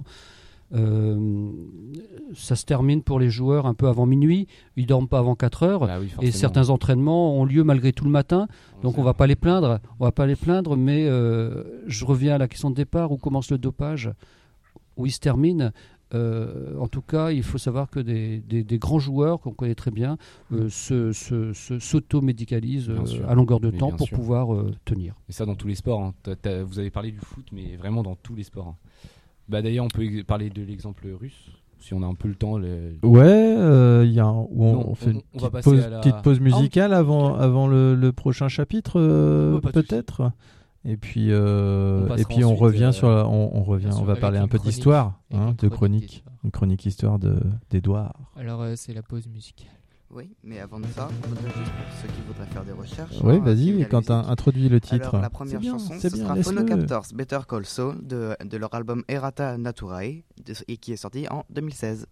Ça se termine pour les joueurs un peu avant minuit, ils dorment pas avant 4 heures et certains entraînements ont lieu malgré tout le matin, donc on va pas les plaindre, mais je reviens à la question de départ, où commence le dopage, où il se termine. En tout cas, il faut savoir que des grands joueurs qu'on connaît très bien s'auto-médicalisent à longueur de temps pour pouvoir tenir. Et ça dans tous les sports, hein. Vous avez parlé du foot, mais vraiment dans tous les sports, hein. Bah d'ailleurs, on peut parler de l'exemple russe, si on a un peu le temps. Ouais, y a on fait une petite pause musicale avant le prochain chapitre, peut-être. Et puis, on revient on va parler un peu d'histoire, de chronique, une chronique histoire d'Édouard. Alors, c'est la pause musicale. Oui, mais avant de ça, on voudrait juste pour ceux qui voudraient faire des recherches. Oui, vas-y, Quentin, introduis le titre. Alors, la première chanson, ce sera Phonocaptors Better Call Saul de leur album Errata Naturae, et qui est sorti en 2016.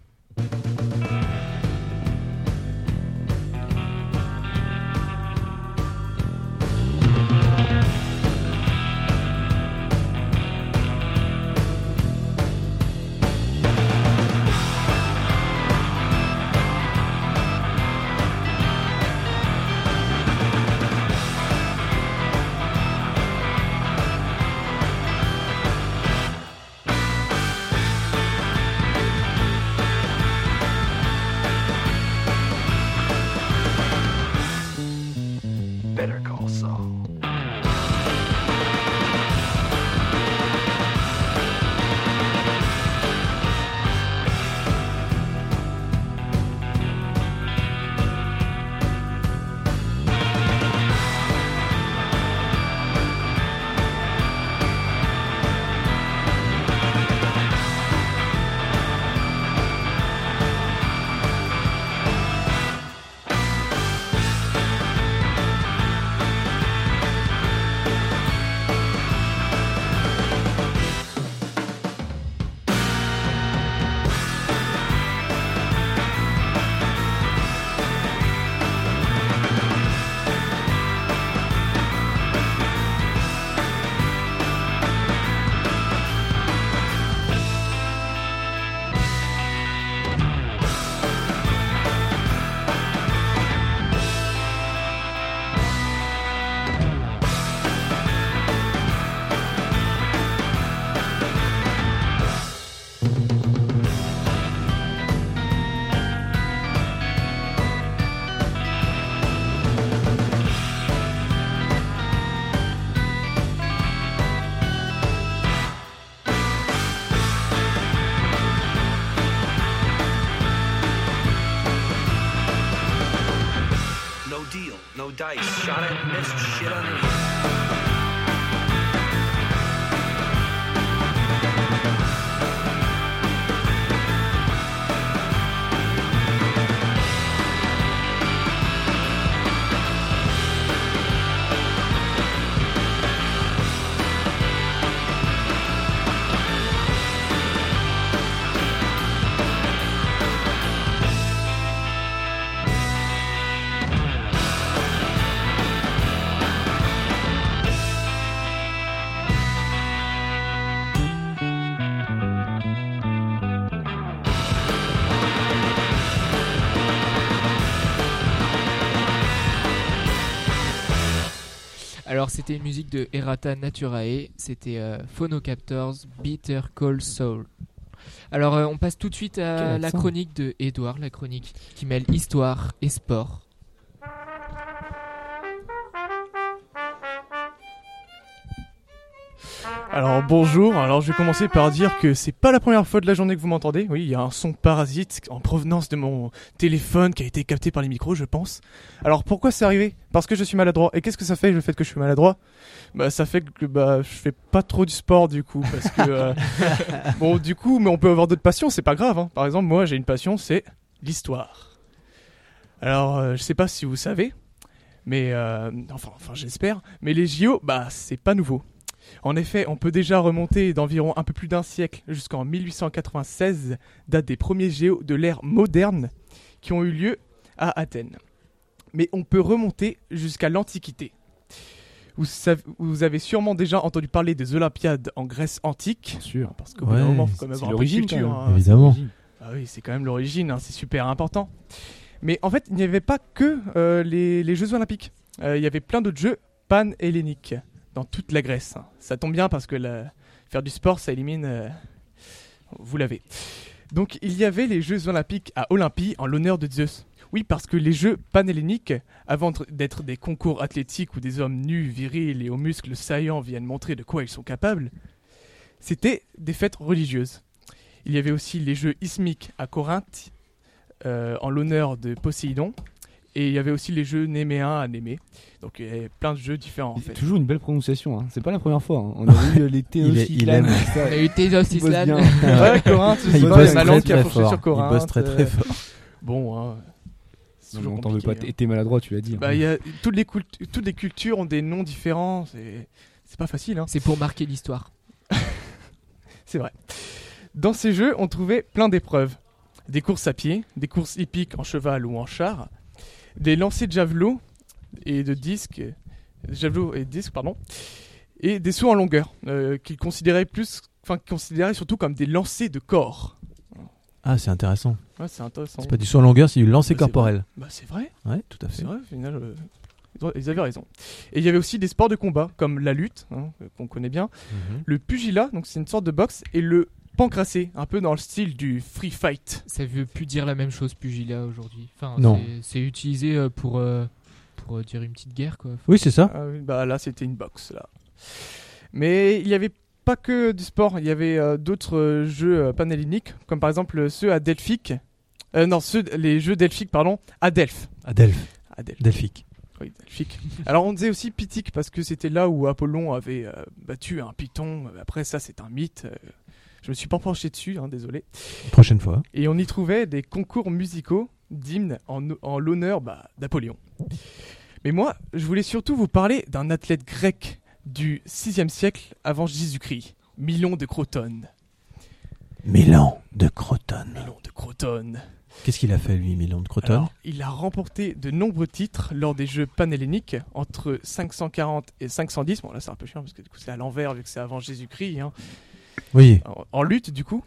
Dice, shot it, missed, shit underneath. Alors c'était une musique de Errata Naturae, c'était Phonocaptors Better Call Saul. Alors on passe tout de suite à la chronique de Édouard, la chronique qui mêle histoire et sport. Alors bonjour, alors je vais commencer par dire que c'est pas la première fois de la journée que vous m'entendez. Oui, il y a un son parasite en provenance de mon téléphone qui a été capté par les micros, je pense. Alors pourquoi c'est arrivé ? Parce que je suis maladroit. Et qu'est-ce que ça fait le fait que je suis maladroit ? Bah ça fait que je fais pas trop du sport du coup parce que bon du coup mais on peut avoir d'autres passions, c'est pas grave hein. Par exemple, moi j'ai une passion, c'est l'histoire. Alors je sais pas si vous savez, mais enfin j'espère, mais les JO c'est pas nouveau. En effet, on peut déjà remonter d'environ un peu plus d'un siècle jusqu'en 1896, date des premiers JO de l'ère moderne qui ont eu lieu à Athènes. Mais on peut remonter jusqu'à l'Antiquité. Vous avez sûrement déjà entendu parler des Olympiades en Grèce antique. Bien sûr. Parce qu'au bout d'un moment, faut quand même avoir un peu de culture. Hein, évidemment. Ah oui, c'est quand même l'origine, hein, c'est super important. Mais en fait, il n'y avait pas que les Jeux Olympiques. Il y avait plein d'autres jeux pan-helléniques dans toute la Grèce. Ça tombe bien parce que faire du sport, ça élimine... vous l'avez. Donc il y avait les Jeux Olympiques à Olympie en l'honneur de Zeus. Oui, parce que les Jeux panhelléniques, avant d'être des concours athlétiques où des hommes nus, virils et aux muscles saillants viennent montrer de quoi ils sont capables, c'était des fêtes religieuses. Il y avait aussi les Jeux ismiques à Corinthe en l'honneur de Poséidon. Et il y avait aussi les jeux néméens à Némée. Donc il y avait plein de jeux différents en fait. Toujours une belle prononciation, hein. C'est pas la première fois. Hein. On a eu les Théocyclanes. On a eu Théocyclanes. Ouais, Corinthe, c'est pas ma langue qui a fourché sur Il Corinthe. bosse très fort. Bon, hein. Non, on t'en veut pas, t'es maladroit, tu l'as dit. Bah, y a, toutes les cultures ont des noms différents. C'est pas facile. Hein. C'est pour marquer l'histoire. C'est vrai. Dans ces jeux, on trouvait plein d'épreuves. Des courses à pied, des courses hippiques en cheval ou en char, des lancers de javelot et de disques, et des sauts en longueur qu'ils considéraient surtout comme des lancers de corps. Ah, c'est intéressant. Ouais, c'est intéressant. C'est pas du saut en longueur, c'est du lancer corporel. C'est vrai. Ouais, tout à fait. C'est vrai, au final, ils avaient raison. Et il y avait aussi des sports de combat comme la lutte, hein, qu'on connaît bien, le pugilat, donc c'est une sorte de boxe, et le pancrassé, un peu dans le style du free fight. Ça veut plus dire la même chose, pugilat, aujourd'hui. Enfin, non. C'est utilisé pour dire une petite guerre, quoi. Oui, c'est ça. Là, c'était une boxe, là. Mais il n'y avait pas que du sport. Il y avait d'autres jeux panhelléniques, comme par exemple ceux à Delphique. Les jeux delphiques, pardon, à Delphes. À Delphique. Oui, Delphique. Alors on disait aussi Pythique parce que c'était là où Apollon avait battu un python. Après ça, c'est un mythe. Je me suis pas penché dessus, hein, désolé. Prochaine fois. Et on y trouvait des concours musicaux d'hymnes en l'honneur d'Apollon. Mais moi, je voulais surtout vous parler d'un athlète grec du 6e siècle avant Jésus-Christ, Milon de Crotone. Milon de Crotone. Qu'est-ce qu'il a fait, lui, Milon de Crotone ? Alors, il a remporté de nombreux titres lors des Jeux panhelléniques entre 540 et 510. Bon, là, c'est un peu chiant parce que du coup, c'est à l'envers vu que c'est avant Jésus-Christ. Hein. Oui. En lutte, du coup.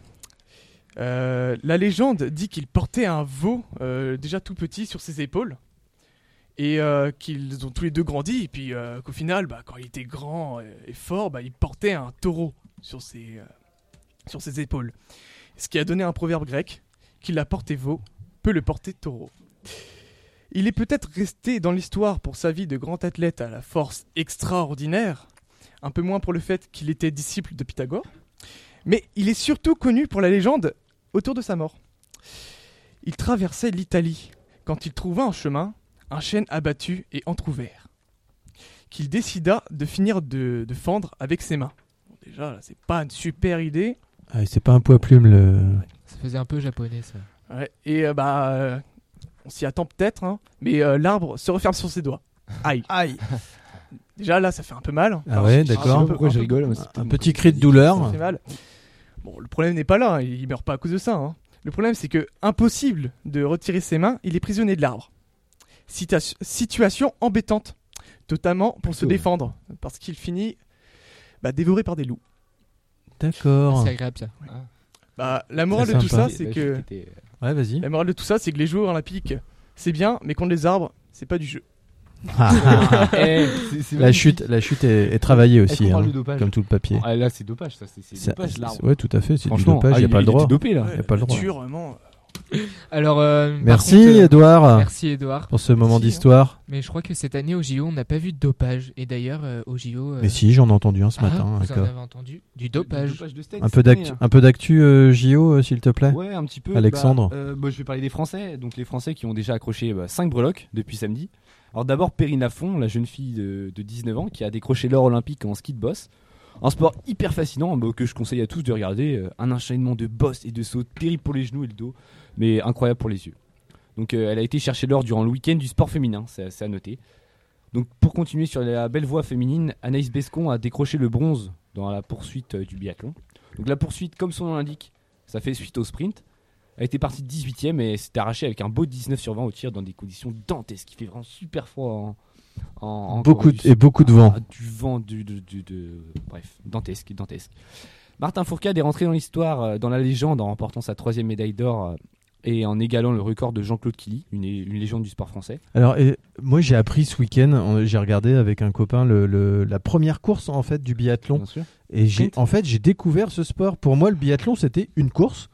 La légende dit qu'il portait un veau déjà tout petit sur ses épaules et qu'ils ont tous les deux grandi et puis qu'au final, quand il était grand et fort, il portait un taureau sur ses épaules. Ce qui a donné un proverbe grec, qui l'a porté veau, peut le porter taureau. Il est peut-être resté dans l'histoire pour sa vie de grand athlète à la force extraordinaire, un peu moins pour le fait qu'il était disciple de Pythagore, mais il est surtout connu pour la légende autour de sa mort. Il traversait l'Italie quand il trouva en chemin un chêne abattu et entrouvert, qu'il décida de finir de fendre avec ses mains. Bon, déjà, là, c'est pas une super idée. Ah, c'est pas un poids plume le... Ça faisait un peu japonais, ça. Ouais, et on s'y attend peut-être, hein, mais l'arbre se referme sur ses doigts. Aïe. Déjà là, ça fait un peu mal. Ah ouais, d'accord. Pourquoi je rigole ? Un petit cri de douleur. Ça fait mal. Bon, le problème n'est pas là, hein, il meurt pas à cause de ça. Hein. Le problème, c'est que impossible de retirer ses mains, il est prisonnier de l'arbre. Situation embêtante, notamment pour se défendre, parce qu'il finit dévoré par des loups. D'accord. C'est agréable ça. Ouais. La morale de tout ça, c'est que... Ouais, vas-y. La morale de tout ça, c'est que les joueurs olympiques, c'est bien, mais contre les arbres, c'est pas du jeu. La chute est travaillée aussi, hein, comme tout le papier. Ah, là, c'est dopage, ça. C'est dopage, l'arbre. Ouais, tout à fait. C'est du dopage. Il n'y a pas le droit. Dopé, là. Il n'y a pas le droit. Nature, vraiment. Alors, Merci par contre, Edouard. Merci Edouard. Pour ce moment Merci, d'histoire. Mais je crois que cette année au JO, on n'a pas vu de dopage. Et d'ailleurs, au JO. Mais si, j'en ai entendu un ce matin. Vous en avez entendu du dopage. Du dopage de steak, Un peu cette année, d'actu JO, s'il te plaît. Ouais, un petit peu. Alexandre. Je vais parler des Français. Donc les Français qui ont déjà accroché 5 breloques depuis samedi. Alors d'abord Perrine Lafont, la jeune fille de 19 ans qui a décroché l'or olympique en ski de boss. Un sport hyper fascinant que je conseille à tous de regarder. Un enchaînement de bosses et de sauts terrible pour les genoux et le dos, mais incroyable pour les yeux. Donc elle a été chercher l'or durant le week-end du sport féminin, c'est à noter. Donc pour continuer sur la belle voie féminine, Anaïs Bescon a décroché le bronze dans la poursuite du biathlon. Donc la poursuite, comme son nom l'indique, ça fait suite au sprint. Elle était partie de 18ème et s'est arrachée avec un beau 19/20 au tir dans des conditions dantesques. Il fait vraiment super froid en beaucoup de vent. Du vent, bref, dantesque. Martin Fourcade est rentré dans l'histoire, dans la légende, en remportant sa 3e médaille d'or et en égalant le record de Jean-Claude Killy, une légende du sport français. Alors, moi j'ai appris ce week-end, j'ai regardé avec un copain la première course en fait du biathlon. Bien sûr. Et j'ai découvert ce sport. Pour moi, le biathlon c'était une course.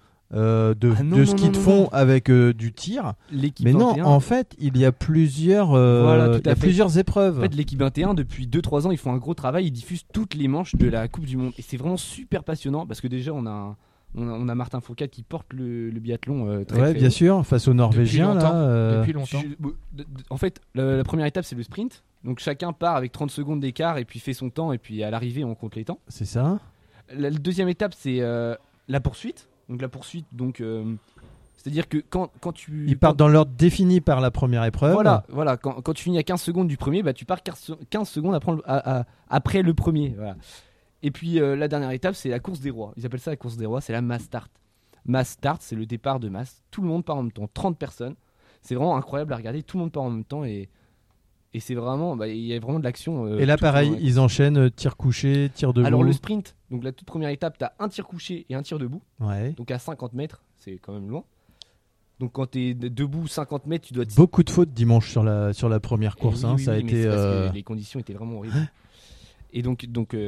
De ski de fond avec du tir. L'équipe mais 21. non, en fait, il y a plusieurs, plusieurs épreuves. En fait, l'équipe 21, depuis 2-3 ans, ils font un gros travail. Ils diffusent toutes les manches de la Coupe du Monde. Et c'est vraiment super passionnant parce que déjà, on a Martin Fourcade qui porte le biathlon très bien haut. sûr, face aux Norvégiens. Depuis longtemps. En fait, la première étape, c'est le sprint. Donc chacun part avec 30 secondes d'écart et puis fait son temps. Et puis à l'arrivée, on compte les temps. C'est ça. La deuxième étape, c'est la poursuite. Donc la poursuite, c'est-à-dire que quand tu... Ils partent dans l'ordre défini par la première épreuve. Voilà. Quand tu finis à 15 secondes du premier, tu pars 15 secondes après le premier. Voilà. Et puis la dernière étape, c'est la course des rois. Ils appellent ça la course des rois, c'est la mass start. Mass start, c'est le départ de masse. Tout le monde part en même temps, 30 personnes. C'est vraiment incroyable à regarder, tout le monde part en même temps et c'est vraiment, il y a vraiment de l'action. Et là, pareil, ils enchaînent tir couché, tir debout. Alors le sprint, donc la toute première étape, tu as un tir couché et un tir debout. Ouais. Donc à 50 mètres, c'est quand même loin. Donc quand tu es debout 50 mètres, tu dois... Beaucoup de fautes dimanche sur la première course. Oui, ça a été... parce que les conditions étaient vraiment horribles. Et donc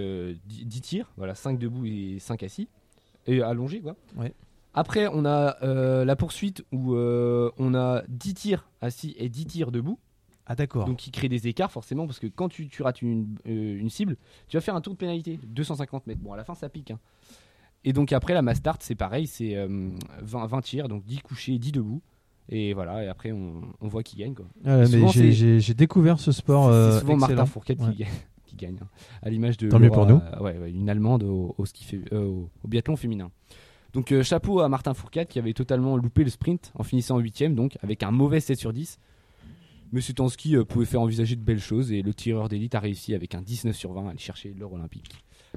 10 tirs, voilà, 5 debout et 5 assis. Et allongés, quoi. Ouais. Après, on a la poursuite où on a 10 tirs assis et 10 tirs debout. Ah d'accord. Donc qui crée des écarts forcément parce que quand tu rates une cible, tu vas faire un tour de pénalité, 250 mètres. Bon, à la fin ça pique. Hein. Et donc après la mass start, c'est pareil, c'est 20 tirs, donc 10 couchés, 10 debout. Et voilà, et après on voit qui gagne. Quoi. Mais j'ai découvert ce sport. C'est souvent excellent. Martin Fourcade qui gagne, hein. À l'image de Tant mieux pour nous. Une Allemande au biathlon féminin. Donc chapeau à Martin Fourcade qui avait totalement loupé le sprint en finissant en 8ème, donc avec un mauvais 7/10. Monsieur Tansky pouvait faire envisager de belles choses et le tireur d'élite a réussi avec un 19/20 à aller chercher l'or olympique.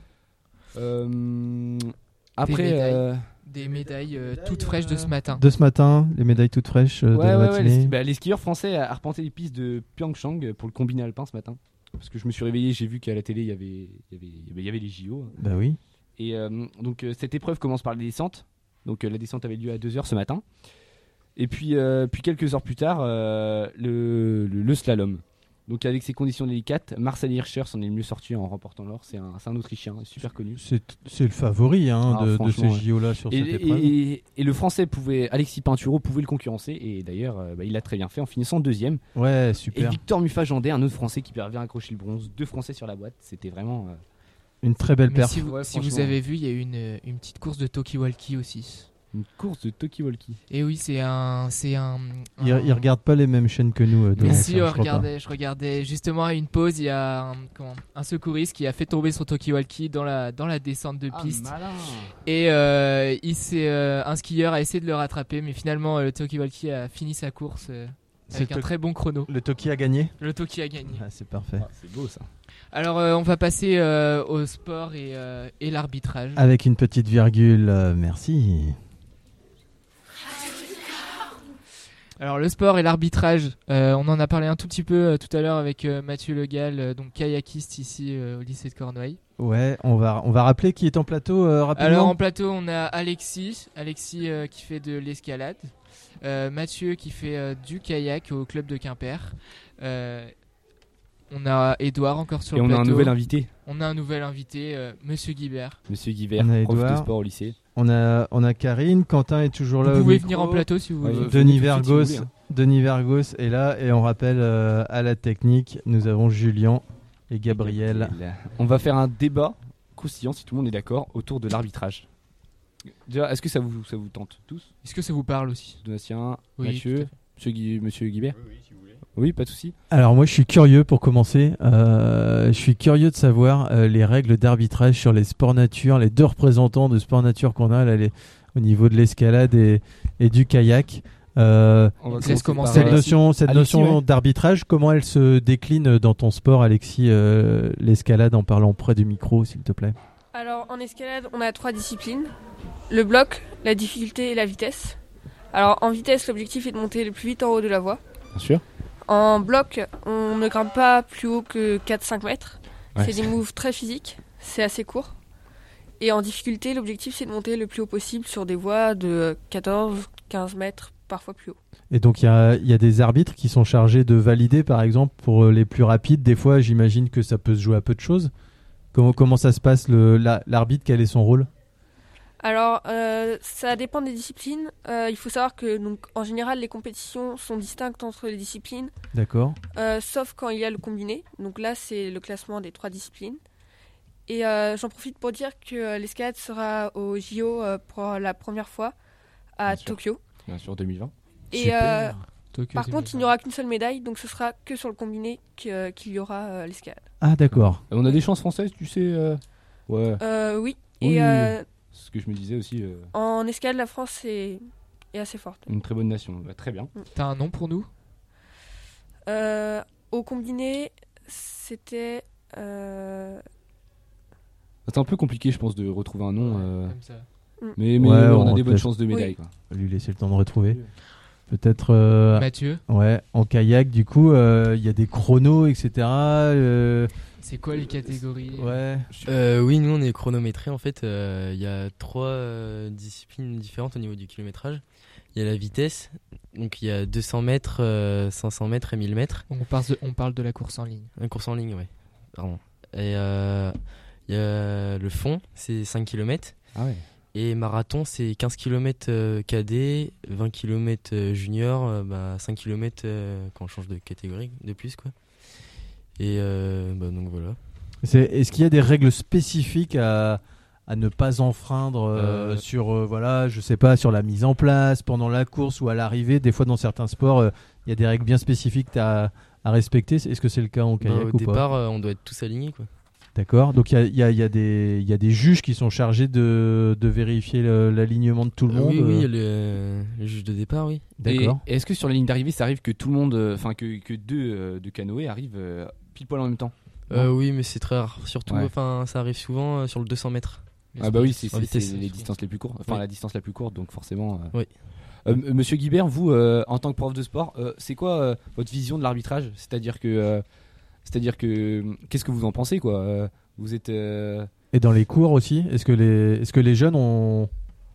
Après, des médailles toutes fraîches de ce matin. De ce matin, les médailles toutes fraîches de la matinée. Les skieurs français arpentaient les pistes de Pyeongchang pour le combiné alpin ce matin. Parce que je me suis réveillé, j'ai vu qu'à la télé il y avait les JO. Bah oui. Et donc cette épreuve commence par la descente. Donc la descente avait lieu à 2h ce matin. Et puis quelques heures plus tard, le slalom. Donc avec ces conditions délicates, Marcel Hirscher s'en est le mieux sorti en remportant l'or. C'est un Autrichien super connu. C'est le favori de ces JO-là sur cette épreuve. Et le Français Alexis Pinturo pouvait le concurrencer. Et d'ailleurs, il l'a très bien fait en finissant 2ème. Ouais, super. Et Victor Muffajandet, un autre Français qui parvient à accrocher le bronze. 2 Français sur la boîte. C'était vraiment... une très belle perf. Si vous avez vu, il y a eu une petite course de talkie-walkie aussi. Une course de talkie-walkie. Et oui, c'est un. Ils regardent pas les mêmes chaînes que nous. Mais si, je regardais justement à une pause, il y a un secouriste qui a fait tomber son talkie-walkie dans la descente de piste. Malin. Et un skieur a essayé de le rattraper, mais finalement le talkie-walkie a fini sa course avec un très bon chrono. Le talkie a gagné. Le talkie a gagné. Ah, c'est parfait. C'est beau ça. Alors on va passer au sport et l'arbitrage. Avec une petite virgule, merci. Alors le sport et l'arbitrage, on en a parlé un tout petit peu tout à l'heure avec Mathieu Le Gall, donc kayakiste ici au lycée de Cornouailles. Ouais, on va rappeler qui est en plateau rapidement. Alors en plateau on a Alexis qui fait de l'escalade, Mathieu qui fait du kayak au club de Quimper, On a Edouard encore sur Et le on plateau. a un nouvel invité. On a un nouvel invité, Monsieur Guibert. Monsieur Guibert, On a prof de Edouard. sport au lycée. On a Karine, Quentin est toujours là. Vous au pouvez micro. venir en plateau si vous voulez. Denis venez tout de suite si vous Vergos, voulez, hein. Denis Vergos est là et on rappelle à la technique, nous avons Julien et Gabriel. On va faire un débat croustillant, si tout le monde est d'accord, autour de l'arbitrage. Déjà, est-ce que ça vous tente tous? Est-ce que ça vous parle aussi? Donatien, Oui, tout Mathieu, à Monsieur Guibert? Oui, si vous voulez. Oui, pas de souci. Alors moi je suis curieux pour commencer, je suis curieux de savoir les règles d'arbitrage sur les sports nature, les deux représentants de sport nature qu'on a là, au niveau de l'escalade et du kayak. On va commencer Cette par notion, Alexis, ouais. d'arbitrage, comment elle se décline dans ton sport, Alexis, l'escalade, en parlant près du micro, s'il te plaît. Alors en escalade, on a 3 disciplines. Le bloc, la difficulté et la vitesse. Alors en vitesse, l'objectif est de monter le plus vite en haut de la voie. Bien sûr. En bloc, on ne grimpe pas plus haut que 4-5 mètres. Ouais, C'est des moves très physiques, c'est assez court. Et en difficulté, l'objectif c'est de monter le plus haut possible sur des voies de 14-15 mètres, parfois plus haut. Et donc il y a des arbitres qui sont chargés de valider, par exemple, pour les plus rapides. Des fois, j'imagine que ça peut se jouer à peu de choses. Comment ça se passe, l'arbitre, quel est son rôle? Alors, ça dépend des disciplines. Il faut savoir que, donc, en général, les compétitions sont distinctes entre les disciplines. D'accord. Sauf quand il y a le combiné. Donc là, c'est le classement des 3 disciplines. Et j'en profite pour dire que l'escalade sera au JO pour la première fois à Tokyo. Bien sûr, 2020. Et Tokyo par 2020. contre, il n'y aura qu'une seule médaille. Donc ce sera que sur le combiné qu'il y aura l'escalade. Ah d'accord. On a des chances françaises, tu sais. Ouais. Oui. Oui, Et c'est ce que je me disais aussi. en escalade, la France est assez forte. Une très bonne nation. Bah, très bien. T'as un nom pour nous? Au combiné, c'était... C'est un peu compliqué, je pense, de retrouver un nom. Comme ça. Mais Ouais, on a on des bonnes laisse- chances de médaille. Quoi. On va lui laisser le temps de retrouver. Peut-être. Mathieu. Ouais, en kayak, du coup, il y a des chronos, etc. C'est quoi les catégories? Ouais. Oui, nous on est chronométré en fait. Il y a 3 disciplines différentes au niveau du kilométrage. Il y a la vitesse, donc il y a 200 mètres, 500 mètres et 1000 mètres. On parle de la course en ligne. Une course en ligne, ouais. Pardon. Et il y a le fond, c'est 5 km. Ah ouais. Et marathon, c'est 15 km cadet, 20 km junior, 5 km quand on change de catégorie de plus, quoi. Et donc voilà. Est-ce qu'il y a des règles spécifiques à ne pas enfreindre sur, voilà, je sais pas, sur la mise en place, pendant la course ou à l'arrivée? Des fois, dans certains sports, il y a des règles bien spécifiques à respecter. Est-ce que c'est le cas en kayak Au ou départ, pas? on doit être tous alignés, quoi. D'accord. Donc il y a des juges qui sont chargés de vérifier l'alignement de tout le monde. Oui, le juge de départ, oui. D'accord. Et est-ce que sur la ligne d'arrivée, ça arrive que tout le monde, enfin que deux canoës arrivent pile poil en même temps? Oui, mais c'est très rare. Surtout, Ouais. ça arrive souvent sur le 200 mètres. Ah bah oui, c'est En vitesse. les distances les plus courtes. Enfin, Oui. la distance la plus courte, donc forcément. Oui. Monsieur Guibert, vous, en tant que prof de sport, c'est quoi votre vision de l'arbitrage? C'est-à-dire que, qu'est-ce que vous en pensez, quoi? Vous êtes. Et dans les cours aussi, est-ce que les jeunes on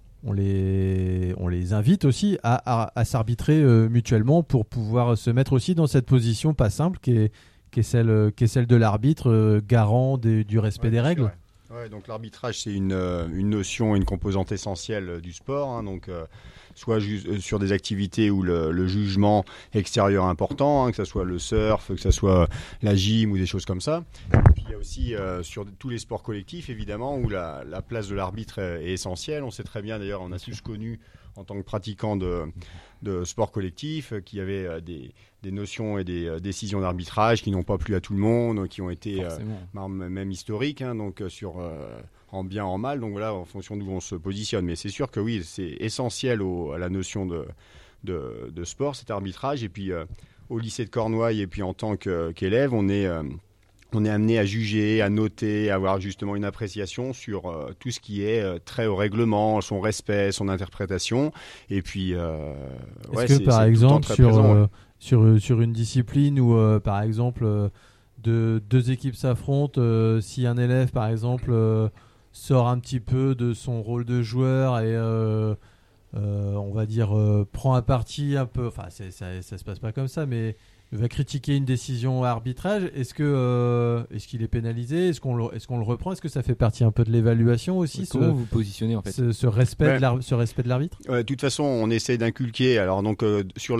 les invite aussi à s'arbitrer mutuellement pour pouvoir se mettre aussi dans cette position pas simple qui est celle de l'arbitre, garant du respect des règles. Ouais, donc l'arbitrage, c'est une notion, une composante essentielle du sport. Hein, donc, soit sur des activités où le jugement extérieur est important, hein, que ce soit le surf, que ce soit la gym ou des choses comme ça. Et puis il y a aussi sur tous les sports collectifs, évidemment, où la place de l'arbitre est essentielle. On sait très bien, d'ailleurs, on a tous connu en tant que pratiquants de sport collectif qu'il y avait des notions et des décisions d'arbitrage qui n'ont pas plu à tout le monde, qui ont été même historiques, hein, donc en bien, en mal. Donc voilà, en fonction d'où on se positionne. Mais c'est sûr que oui, c'est essentiel à la notion de sport, cet arbitrage. Et puis au lycée de Cornouailles et puis en tant qu'élève, on est amené à juger, à noter, à avoir justement une appréciation sur tout ce qui est trait au règlement, son respect, son interprétation. Et puis, Est-ce que par c'est exemple tout le temps très présent, ouais. sur une discipline où par exemple deux équipes s'affrontent, si un élève par exemple sort un petit peu de son rôle de joueur et on va dire prend un parti un peu, enfin ça se passe pas comme ça, mais va critiquer une décision à arbitrage, est-ce qu'il est pénalisé? Est-ce qu'on le reprend? Est-ce que ça fait partie un peu de l'évaluation aussi? Comment vous positionnez en fait ce respect de l'arbitre? De toute façon, on essaie d'inculquer. Alors donc sur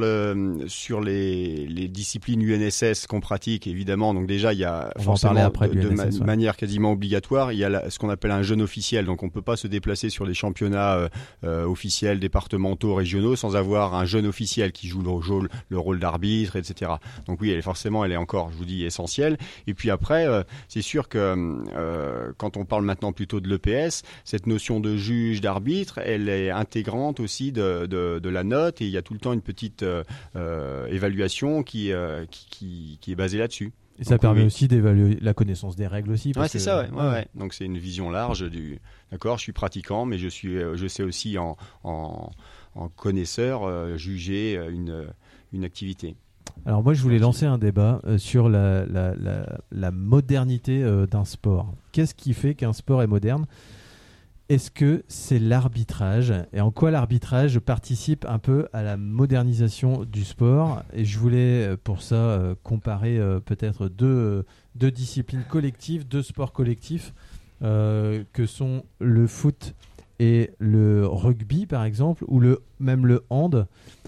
les disciplines UNSS qu'on pratique, évidemment. Donc déjà, il y a forcément de manière quasiment obligatoire, il y a ce qu'on appelle un jeune officiel. Donc on peut pas se déplacer sur les championnats officiels, départementaux, régionaux sans avoir un jeune officiel qui joue le rôle d'arbitre, etc. Donc oui, elle est encore, je vous dis, essentielle. Et puis après, c'est sûr que quand on parle maintenant plutôt de l'EPS, cette notion de juge, d'arbitre, elle est intégrante aussi de la note, et il y a tout le temps une petite évaluation qui est basée là-dessus. Et ça permet aussi d'évaluer la connaissance des règles aussi. Ouais, c'est ça, ouais. Donc c'est une vision large d'accord, je suis pratiquant, mais je sais aussi en connaisseur juger une activité. Alors moi je voulais lancer un débat sur la modernité d'un sport. Qu'est-ce qui fait qu'un sport est moderne? Est-ce que c'est l'arbitrage? Et en quoi l'arbitrage participe un peu à la modernisation du sport? Et je voulais pour ça comparer peut-être deux disciplines collectives, deux sports collectifs que sont le foot et le rugby par exemple, ou même le hand.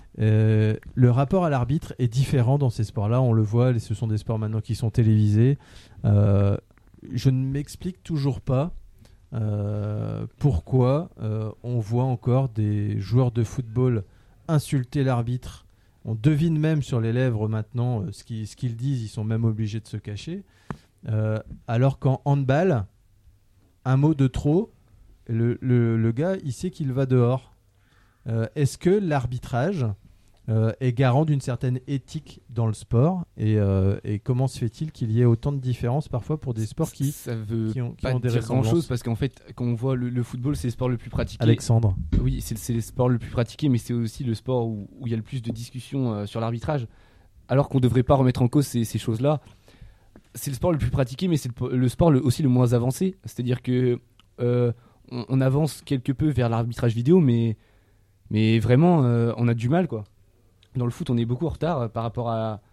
Le rapport à l'arbitre est différent dans ces sports-là, on le voit, ce sont des sports maintenant qui sont télévisés. Je ne m'explique toujours pas pourquoi on voit encore des joueurs de football insulter l'arbitre. On devine même sur les lèvres maintenant ce qu'ils disent, ils sont même obligés de se cacher. Alors qu'en handball, un mot de trop, le gars, il sait qu'il va dehors. Est-ce que l'arbitrage est garant d'une certaine éthique dans le sport, et comment se fait-il qu'il y ait autant de différences parfois pour des sports qui ont des dire grand ressemblances? chose, parce qu'en fait quand on voit le football, c'est le sport le plus pratiqué. Alexandre. Oui, c'est le sport le plus pratiqué, mais c'est aussi le sport où il y a le plus de discussions sur l'arbitrage, alors qu'on ne devrait pas remettre en cause ces choses-là. C'est le sport le plus pratiqué, mais c'est le sport aussi le moins avancé, c'est-à-dire que on avance quelque peu vers l'arbitrage vidéo, mais vraiment on a du mal, quoi. Dans le foot, on est beaucoup en retard par rapport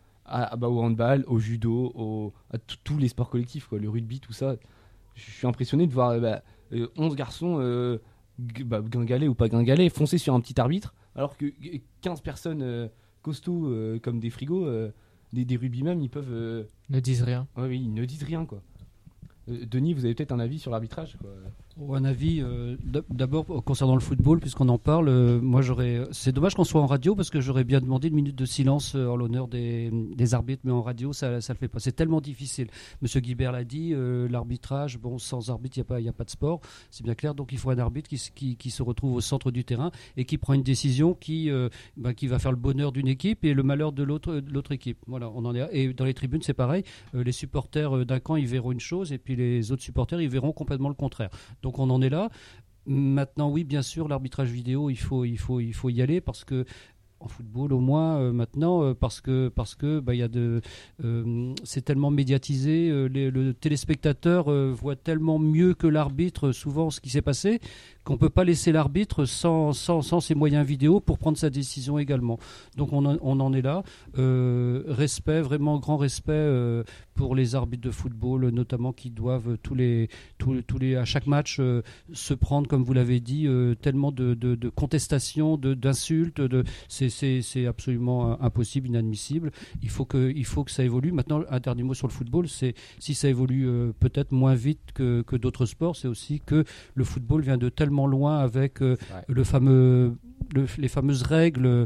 au handball, au judo, à tous les sports collectifs, quoi, le rugby, tout ça. Je suis impressionné de voir 11 garçons, gringalés ou pas gringalés, foncer sur un petit arbitre, alors que 15 personnes costauds comme des frigos, des rugbymen, ils peuvent... ne disent rien. Oui, ils ne disent rien, quoi. Denis, vous avez peut-être un avis sur l'arbitrage, quoi. Un avis d'abord concernant le football, puisqu'on en parle. Moi, c'est dommage qu'on soit en radio, parce que j'aurais bien demandé une minute de silence en l'honneur des arbitres, mais en radio ça le fait pas. C'est tellement difficile. Monsieur Guibert l'a dit, l'arbitrage, sans arbitre il y a pas de sport, c'est bien clair. Donc il faut un arbitre qui se retrouve au centre du terrain et qui prend une décision qui va faire le bonheur d'une équipe et le malheur de l'autre équipe. Voilà, on en est. Et dans les tribunes c'est pareil. Les supporters d'un camp ils verront une chose, et puis les autres supporters ils verront complètement le contraire. Donc on en est là. Maintenant, oui, bien sûr, l'arbitrage vidéo, il faut y aller, parce que en football au moins maintenant, parce que il y a c'est tellement médiatisé, le téléspectateur voit tellement mieux que l'arbitre souvent ce qui s'est passé, qu'on peut pas laisser l'arbitre sans ses moyens vidéo pour prendre sa décision également. Donc on en est là. Respect, vraiment grand respect pour les arbitres de football, notamment, qui doivent tous les à chaque match se prendre, comme vous l'avez dit, tellement de contestations, d'insultes, c'est absolument impossible, inadmissible. Il faut que ça évolue. Maintenant, un dernier mot sur le football, c'est si ça évolue peut-être moins vite que d'autres sports, c'est aussi que le football vient de tellement loin avec les fameuses règles.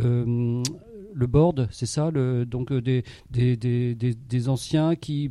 Le board, c'est ça, donc des anciens qui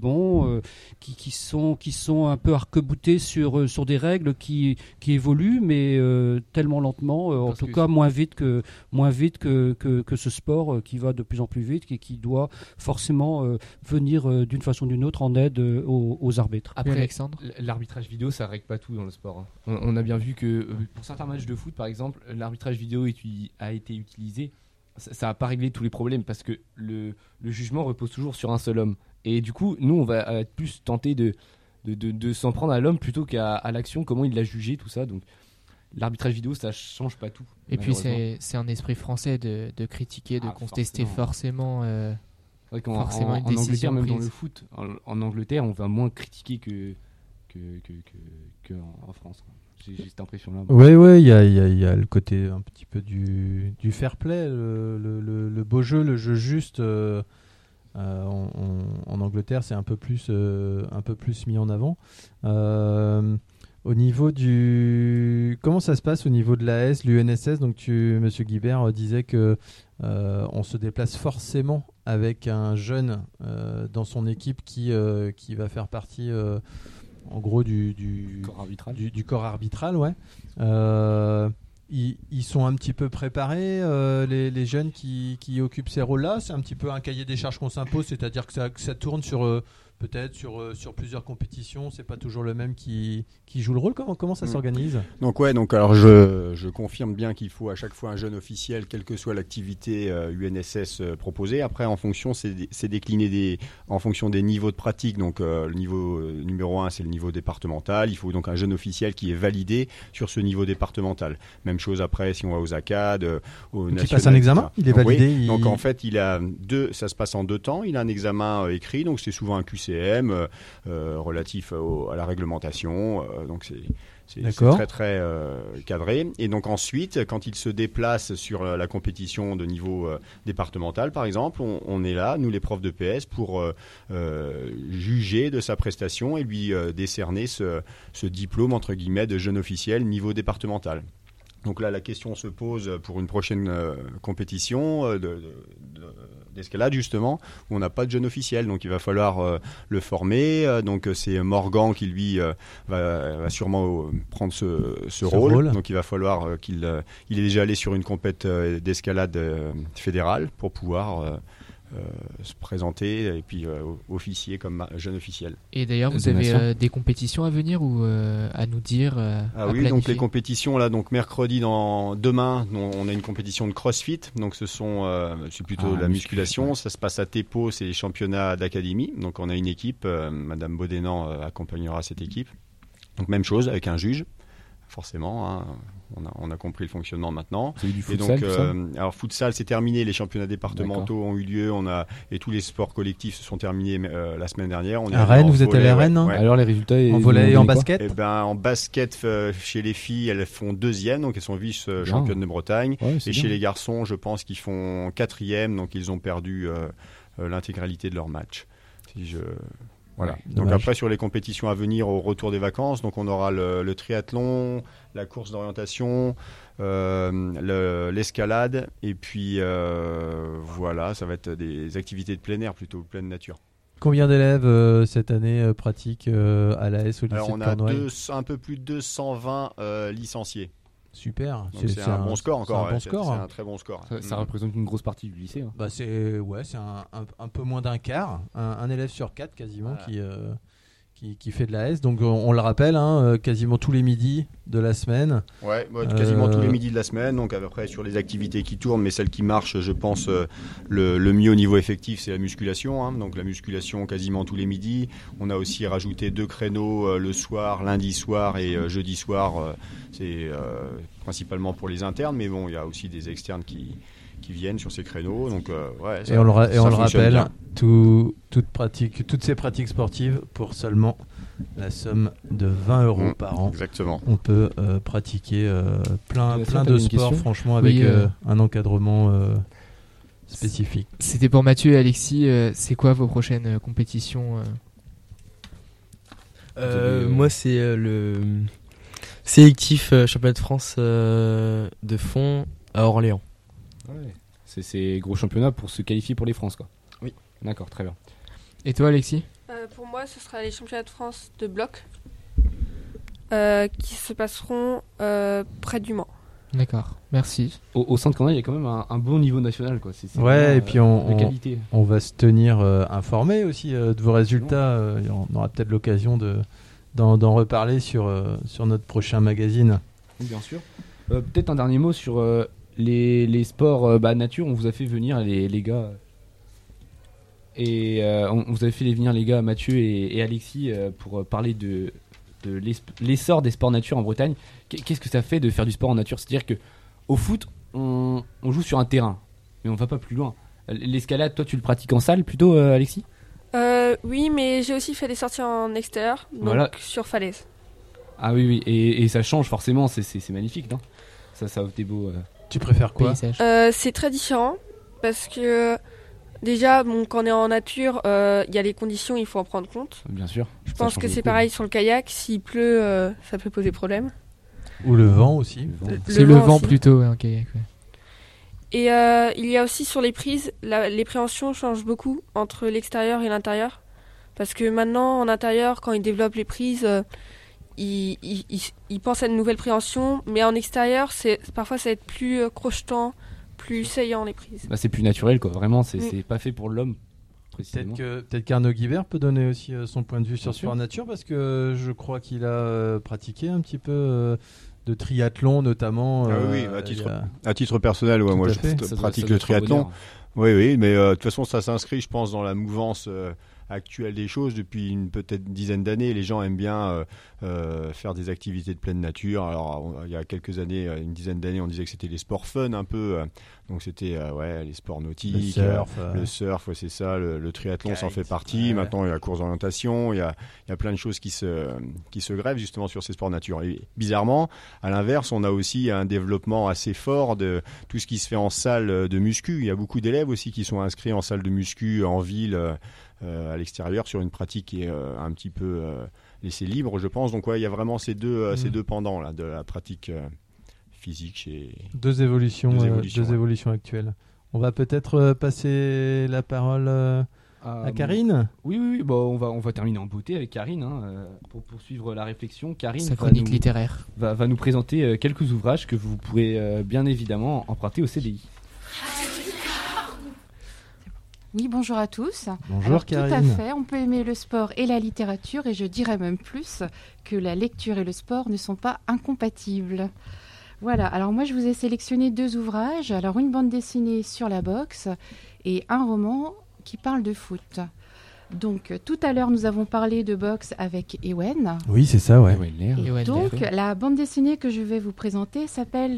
sont un peu arc-boutés sur des règles qui évoluent, mais tellement lentement, en tout cas moins vite que ce sport qui va de plus en plus vite, qui doit forcément venir d'une façon ou d'une autre en aide aux arbitres. Après, Alexandre, l'arbitrage vidéo, ça règle pas tout dans le sport. On a bien vu que pour certains matchs de foot, par exemple, l'arbitrage vidéo a été utilisé. Ça n'a pas réglé tous les problèmes, parce que le jugement repose toujours sur un seul homme. Et du coup, nous, on va être plus tentés de s'en prendre à l'homme plutôt qu'à l'action, comment il l'a jugé, tout ça. Donc l'arbitrage vidéo, ça change pas tout. Et puis c'est un esprit français de critiquer, de contester forcément. vrai qu'en forcément une en décision Angleterre, même dans prise. le foot, en Angleterre, on va moins critiquer que en France. J'ai cette impression-là. Ouais, il y a le côté un petit peu du fair play, le beau jeu, le jeu juste. En Angleterre, c'est un peu plus mis en avant. Au niveau comment ça se passe au niveau de l'AS, l'UNSS? Donc Monsieur Guibert disait que on se déplace forcément avec un jeune dans son équipe qui va faire partie en gros du corps arbitral. Du corps arbitral, ouais. Ils sont un petit peu préparés, les jeunes qui occupent ces rôles-là. C'est un petit peu un cahier des charges qu'on s'impose, c'est-à-dire que ça tourne peut-être sur plusieurs compétitions. C'est pas toujours le même qui joue le rôle. Comment ça s'organise? Donc alors je confirme bien qu'il faut à chaque fois un jeune officiel, quelle que soit l'activité UNSS proposée. Après, en fonction, c'est décliné en fonction des niveaux de pratique. Donc le niveau numéro 1, c'est le niveau départemental. Il faut donc un jeune officiel qui est validé sur ce niveau départemental. Même chose après, si on va aux ACAD, au national. Il passe un examen, il est validé. Oui. Donc en fait, ça se passe en 2 temps. Il a un examen écrit, donc c'est souvent un QCM relatif à la réglementation. Donc c'est très très cadré. Et donc ensuite, quand il se déplace sur la compétition de niveau départemental, par exemple, on est là, nous les profs de PS, pour juger de sa prestation et lui décerner ce diplôme entre guillemets de jeune officiel niveau départemental. Donc là, la question se pose pour une prochaine compétition d'escalade, justement, où on n'a pas de jeune officiel. Donc il va falloir le former. Donc c'est Morgan qui, lui, va sûrement prendre ce rôle. Donc il va falloir il est déjà allé sur une compète d'escalade fédérale pour pouvoir se présenter et puis officier comme jeune officiel. Et d'ailleurs, vous avez des compétitions à venir ou à nous dire Ah oui, donc les compétitions là, donc mercredi demain, on a une compétition de CrossFit. Donc c'est plutôt la musculation. Ça se passe à Tepo, c'est les championnats d'académie. Donc on a une équipe, Madame Baudénan accompagnera cette équipe. Donc même chose avec un juge, forcément. Hein. On a compris le fonctionnement maintenant. C'est du futsal, et donc, alors futsal, c'est terminé. Les championnats départementaux ont eu lieu. Et tous les sports collectifs se sont terminés la semaine dernière. À Rennes, vous êtes allé à Rennes, non? Alors les résultats en volley et en basket? En basket, chez les filles, elles font 2e, donc elles sont vice-championnes de Bretagne. Ouais, et chez les garçons, je pense qu'ils font 4e, donc ils ont perdu l'intégralité de leur match. Voilà. Donc après, sur les compétitions à venir au retour des vacances, donc on aura le triathlon, la course d'orientation, l'escalade, et puis voilà, ça va être des activités de plein air, plutôt pleine nature. Combien d'élèves cette année pratiquent à l'AS au lycée Alors, de Cornouailles? On a un peu plus de 220 licenciés. Super, c'est un bon score encore. C'est un très bon score. Ça représente une grosse partie du lycée. Hein. Bah c'est un peu moins d'un quart, un élève sur 4 quasiment qui fait de l'AS. Donc on le rappelle, quasiment tous les midis de la semaine. Ouais, quasiment tous les midis de la semaine. Donc après sur les activités qui tournent, mais celle qui marche, je pense le mieux au niveau effectif, c'est la musculation. Donc la musculation quasiment tous les midis. On a aussi rajouté 2 créneaux le soir, lundi soir et jeudi soir. C'est principalement pour les internes, mais bon, il y a aussi des externes qui viennent sur ces créneaux. Donc, on le rappelle, toutes ces pratiques sportives pour seulement la somme de 20 € par an. Exactement. On peut pratiquer plein de sports, franchement, avec un encadrement spécifique. C'était pour Mathieu et Alexis. C'est quoi vos prochaines compétitions Moi, c'est le sélectif championnat de France de fond à Orléans. Ouais. C'est gros championnat pour se qualifier pour les France, quoi. Oui. D'accord, très bien. Et toi, Alexis? Pour moi, ce sera les championnats de France de bloc qui se passeront près du Mans. D'accord, merci. Au centre Cornouailles, il y a quand même un bon niveau national, quoi. C'est et puis qualité. On va se tenir informé aussi de vos résultats. On aura peut-être l'occasion d'en reparler sur notre prochain magazine. Oui, bien sûr. Peut-être un dernier mot sur les sports nature. On vous a fait venir les gars. Et on vous a fait venir les gars Mathieu et Alexis pour parler de l'essor des sports nature en Bretagne. Qu'est-ce que ça fait de faire du sport en nature? C'est-à-dire que au foot, on joue sur un terrain, mais on va pas plus loin. L'escalade, toi, tu le pratiques en salle plutôt, Alexis ? Oui, mais j'ai aussi fait des sorties en extérieur, donc Voilà. sur falaise. Ah oui, et ça change forcément, c'est magnifique, non ? Ça offre des beaux... Tu préfères quoi ? C'est très différent parce que déjà, bon, quand on est en nature, il y a les conditions, il faut en prendre compte. Bien sûr. Je pense que c'est pareil sur le kayak. S'il pleut, ça peut poser problème. Ou le vent aussi. C'est le vent aussi. plutôt, ouais, en kayak. Ouais. Et il y a aussi sur les prises, les préhensions changent beaucoup entre l'extérieur et l'intérieur. Parce que maintenant, en intérieur, quand ils développent les prises, ils pensent à une nouvelle préhension. Mais en extérieur, parfois ça va être plus crochetant, plus saillant les prises. Bah, c'est plus naturel, quoi. Vraiment, c'est pas fait pour l'homme. Peut-être qu'Arnaud Guibert peut donner aussi son point de vue sur Bien sûr. Sport Nature, parce que je crois qu'il a pratiqué un petit peu de triathlon notamment. Oui, à titre personnel, ouais, moi je pratique le triathlon. Oui, mais de toute façon ça s'inscrit, je pense, dans la mouvance actuelle des choses. Depuis peut-être une dizaine d'années, les gens aiment bien faire des activités de pleine nature. Alors il y a quelques années, une dizaine d'années, on disait que c'était les sports fun un peu. Donc c'était les sports nautiques, le surf, ouais, c'est ça, le triathlon s'en fait partie. Ouais. Maintenant il y a la course d'orientation, il y a plein de choses qui se grèvent justement sur ces sports nature. Et bizarrement, à l'inverse, on a aussi un développement assez fort de tout ce qui se fait en salle de muscu. Il y a beaucoup d'élèves aussi qui sont inscrits en salle de muscu en ville, à l'extérieur, sur une pratique qui est un petit peu laissée libre, je pense. Donc ouais, il y a vraiment ces deux pendants là, de la pratique physique chez... Deux évolutions actuelles. On va peut-être passer la parole à Karine. Oui, bon, on va terminer en beauté avec Karine, pour poursuivre la réflexion. Karine Sa chronique littéraire va nous présenter quelques ouvrages que vous pourrez bien évidemment emprunter au CDI. Oui, bonjour à tous. Bonjour. Alors, Karine. tout à fait, on peut aimer le sport et la littérature, et je dirais même plus que la lecture et le sport ne sont pas incompatibles. Voilà, alors moi je vous ai sélectionné 2 ouvrages, alors une bande dessinée sur la boxe et un roman qui parle de foot. Donc tout à l'heure nous avons parlé de boxe avec Ewen. Oui, c'est ça, ouais. Et donc la bande dessinée que je vais vous présenter s'appelle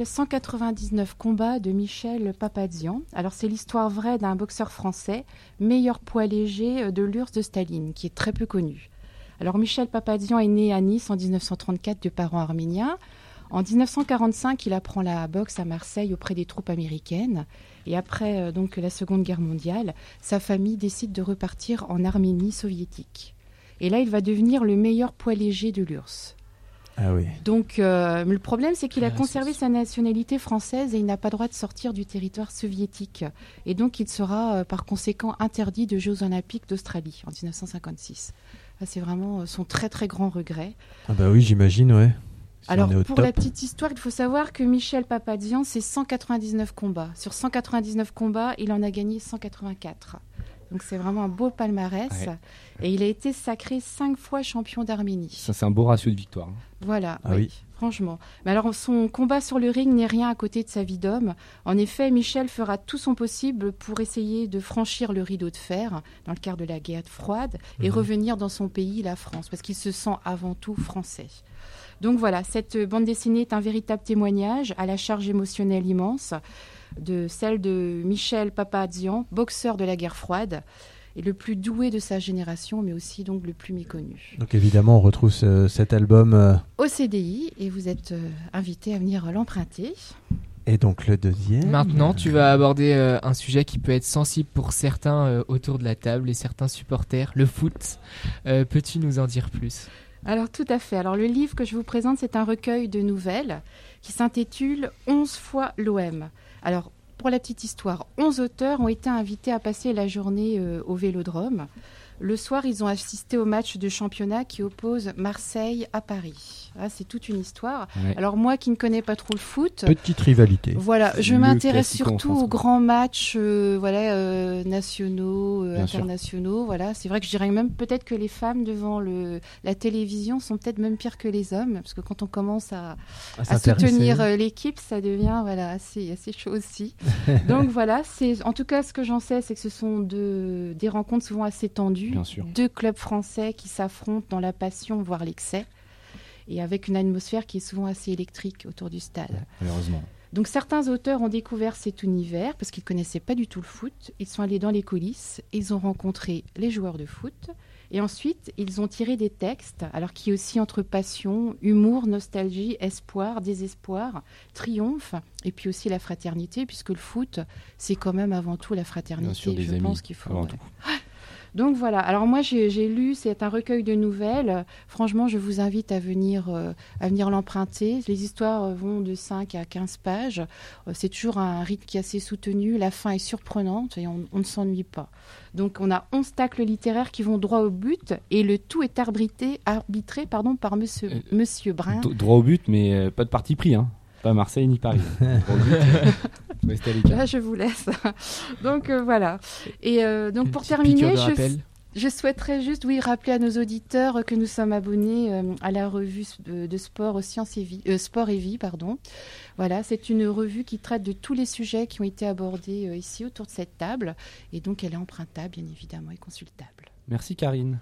199 combats de Michel Papazian. Alors c'est l'histoire vraie d'un boxeur français, meilleur poids léger de l'URSS de Staline, qui est très peu connu. Alors Michel Papazian est né à Nice en 1934 de parents arméniens. En 1945, il apprend la boxe à Marseille auprès des troupes américaines. Et après donc la Seconde Guerre mondiale, sa famille décide de repartir en Arménie soviétique. Et là, il va devenir le meilleur poids léger de l'URSS. Ah oui. Donc, le problème, c'est qu'il a conservé sa nationalité française et il n'a pas le droit de sortir du territoire soviétique. Et donc, il sera par conséquent interdit de Jeux Olympiques d'Australie en 1956. Là, c'est vraiment son très très grand regret. Ah bah oui, j'imagine, ouais. Alors, pour la petite histoire, il faut savoir que Michel Papazian, c'est 199 combats. Sur 199 combats, il en a gagné 184. Donc, c'est vraiment un beau palmarès. Ouais. Et il a été sacré 5 fois champion d'Arménie. Ça, c'est un beau ratio de victoire. Voilà, oui, franchement. Mais alors, son combat sur le ring n'est rien à côté de sa vie d'homme. En effet, Michel fera tout son possible pour essayer de franchir le rideau de fer dans le cadre de la guerre froide et revenir dans son pays, la France, parce qu'il se sent avant tout français. Donc voilà, cette bande dessinée est un véritable témoignage à la charge émotionnelle immense de celle de Michel Papazian, boxeur de la guerre froide, et le plus doué de sa génération, mais aussi donc le plus méconnu. Donc évidemment, on retrouve cet album au CDI, et vous êtes invité à venir l'emprunter. Et donc le deuxième. Maintenant, tu vas aborder un sujet qui peut être sensible pour certains autour de la table et certains supporters, le foot. Peux-tu nous en dire plus ? Alors tout à fait. Alors le livre que je vous présente, c'est un recueil de nouvelles qui s'intitule 11 fois l'OM. Alors pour la petite histoire, 11 auteurs ont été invités à passer la journée au Vélodrome. Le soir, ils ont assisté au match de championnat qui oppose Marseille à Paris. Ah, c'est toute une histoire. Ouais. Alors moi qui ne connais pas trop le foot... Petite rivalité. Voilà, je m'intéresse surtout aux grands matchs nationaux, internationaux. Voilà. C'est vrai que je dirais même peut-être que les femmes devant la télévision sont peut-être même pires que les hommes. Parce que quand on commence à soutenir l'équipe, ça devient assez chaud aussi. Donc voilà, en tout cas ce que j'en sais, c'est que ce sont des rencontres souvent assez tendues. Deux clubs français qui s'affrontent dans la passion, voire l'excès, et avec une atmosphère qui est souvent assez électrique autour du stade. Malheureusement. Donc certains auteurs ont découvert cet univers parce qu'ils ne connaissaient pas du tout le foot. Ils sont allés dans les coulisses, ils ont rencontré les joueurs de foot et ensuite ils ont tiré des textes, alors qui aussi entre passion, humour, nostalgie, espoir, désespoir, triomphe et puis aussi la fraternité, puisque le foot c'est quand même avant tout la fraternité. Bien sûr, des je amis, pense qu'il faut. avant tout. Donc voilà, alors moi j'ai lu, c'est un recueil de nouvelles. Franchement, je vous invite à venir l'emprunter. Les histoires vont de 5 à 15 pages. C'est toujours un rythme qui est assez soutenu. La fin est surprenante et on ne s'ennuie pas. Donc on a 11 tacles littéraires qui vont droit au but et le tout est arbitré par monsieur Brun. Droit au but, mais pas de parti pris, hein. Pas Marseille ni Paris. Restez à l'écart. Là, je vous laisse. Donc voilà. Et donc pour terminer, je souhaiterais juste rappeler à nos auditeurs que nous sommes abonnés à la revue de sport Sport et Vie, pardon. Voilà, c'est une revue qui traite de tous les sujets qui ont été abordés ici autour de cette table, et donc elle est empruntable bien évidemment et consultable. Merci Karine.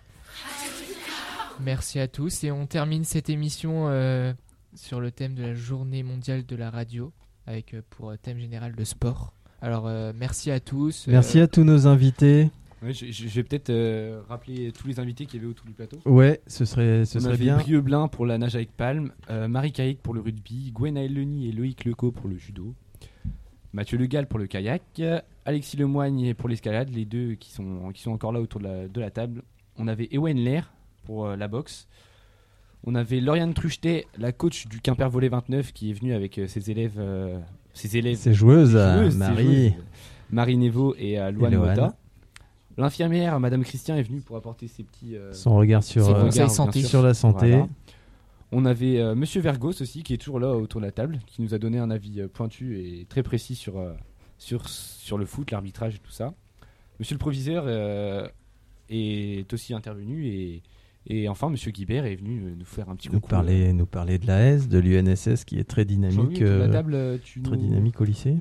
Merci à tous et on termine cette émission sur le thème de la journée mondiale de la radio avec pour thème général le sport. Alors merci à tous. Merci à tous nos invités. Ouais, je vais peut-être rappeler tous les invités qu'il y avait autour du plateau. Ouais, ce serait bien. Brieux Blin pour la nage avec palme, Marie Caïque pour le rugby, Gwenaëlle Leny et Loïc Lecault pour le judo, Mathieu Le Gall pour le kayak, Alexis Lemoigne pour l'escalade, les deux qui sont encore là autour de la table. On avait Ewen Lair pour la boxe. On avait Lauriane Truchetet, la coach du Quimper Volley 29, qui est venue avec ses joueuses, Marie Nevo et Louane Mota. L'infirmière, Madame Christian, est venue pour apporter ses petits... son regard sur la santé. Voilà. On avait Monsieur Vergos aussi, qui est toujours là autour de la table, qui nous a donné un avis pointu et très précis sur le foot, l'arbitrage et tout ça. Monsieur le proviseur est aussi intervenu et enfin Monsieur Guibert est venu nous faire un petit coucou. Nous parler de l'AS, de l'UNSS qui est très dynamique, dynamique au lycée.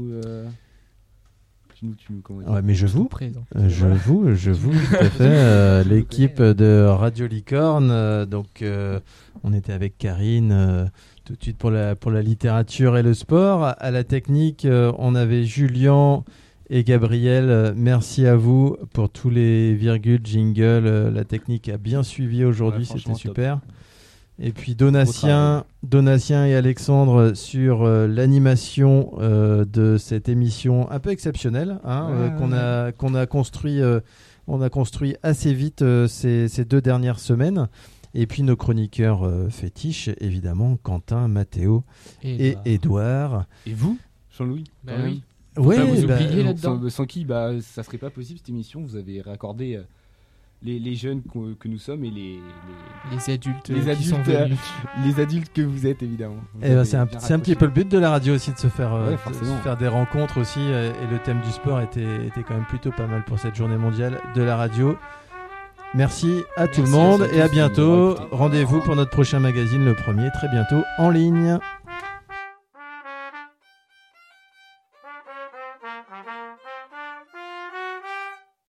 Ouais, mais je vous tout à fait l'équipe de Radio Licorne. Donc on était avec Karine tout de suite pour la littérature et le sport. À la technique, on avait Julien et Gabriel. Merci à vous pour tous les virgules, jingles. La technique a bien suivi aujourd'hui, c'était super. Top. Et puis Donatien et Alexandre sur l'animation de cette émission un peu exceptionnelle qu'on a construit assez vite ces 2 dernières semaines. Et puis nos chroniqueurs fétiches, évidemment, Quentin, Mathéo et Édouard. Et vous, Jean-Louis? Oui. Ouais, vous oubliez là-dedans. Sans qui ça serait pas possible cette émission. Vous avez raccordé les jeunes que nous sommes et les adultes les adultes que vous êtes évidemment. C'est un petit peu le but de la radio aussi de se faire des rencontres aussi, et le thème du sport était quand même plutôt pas mal pour cette journée mondiale de la radio. Merci à tout le monde et à bientôt. Rendez-vous pour notre prochain magazine, le premier, très bientôt en ligne.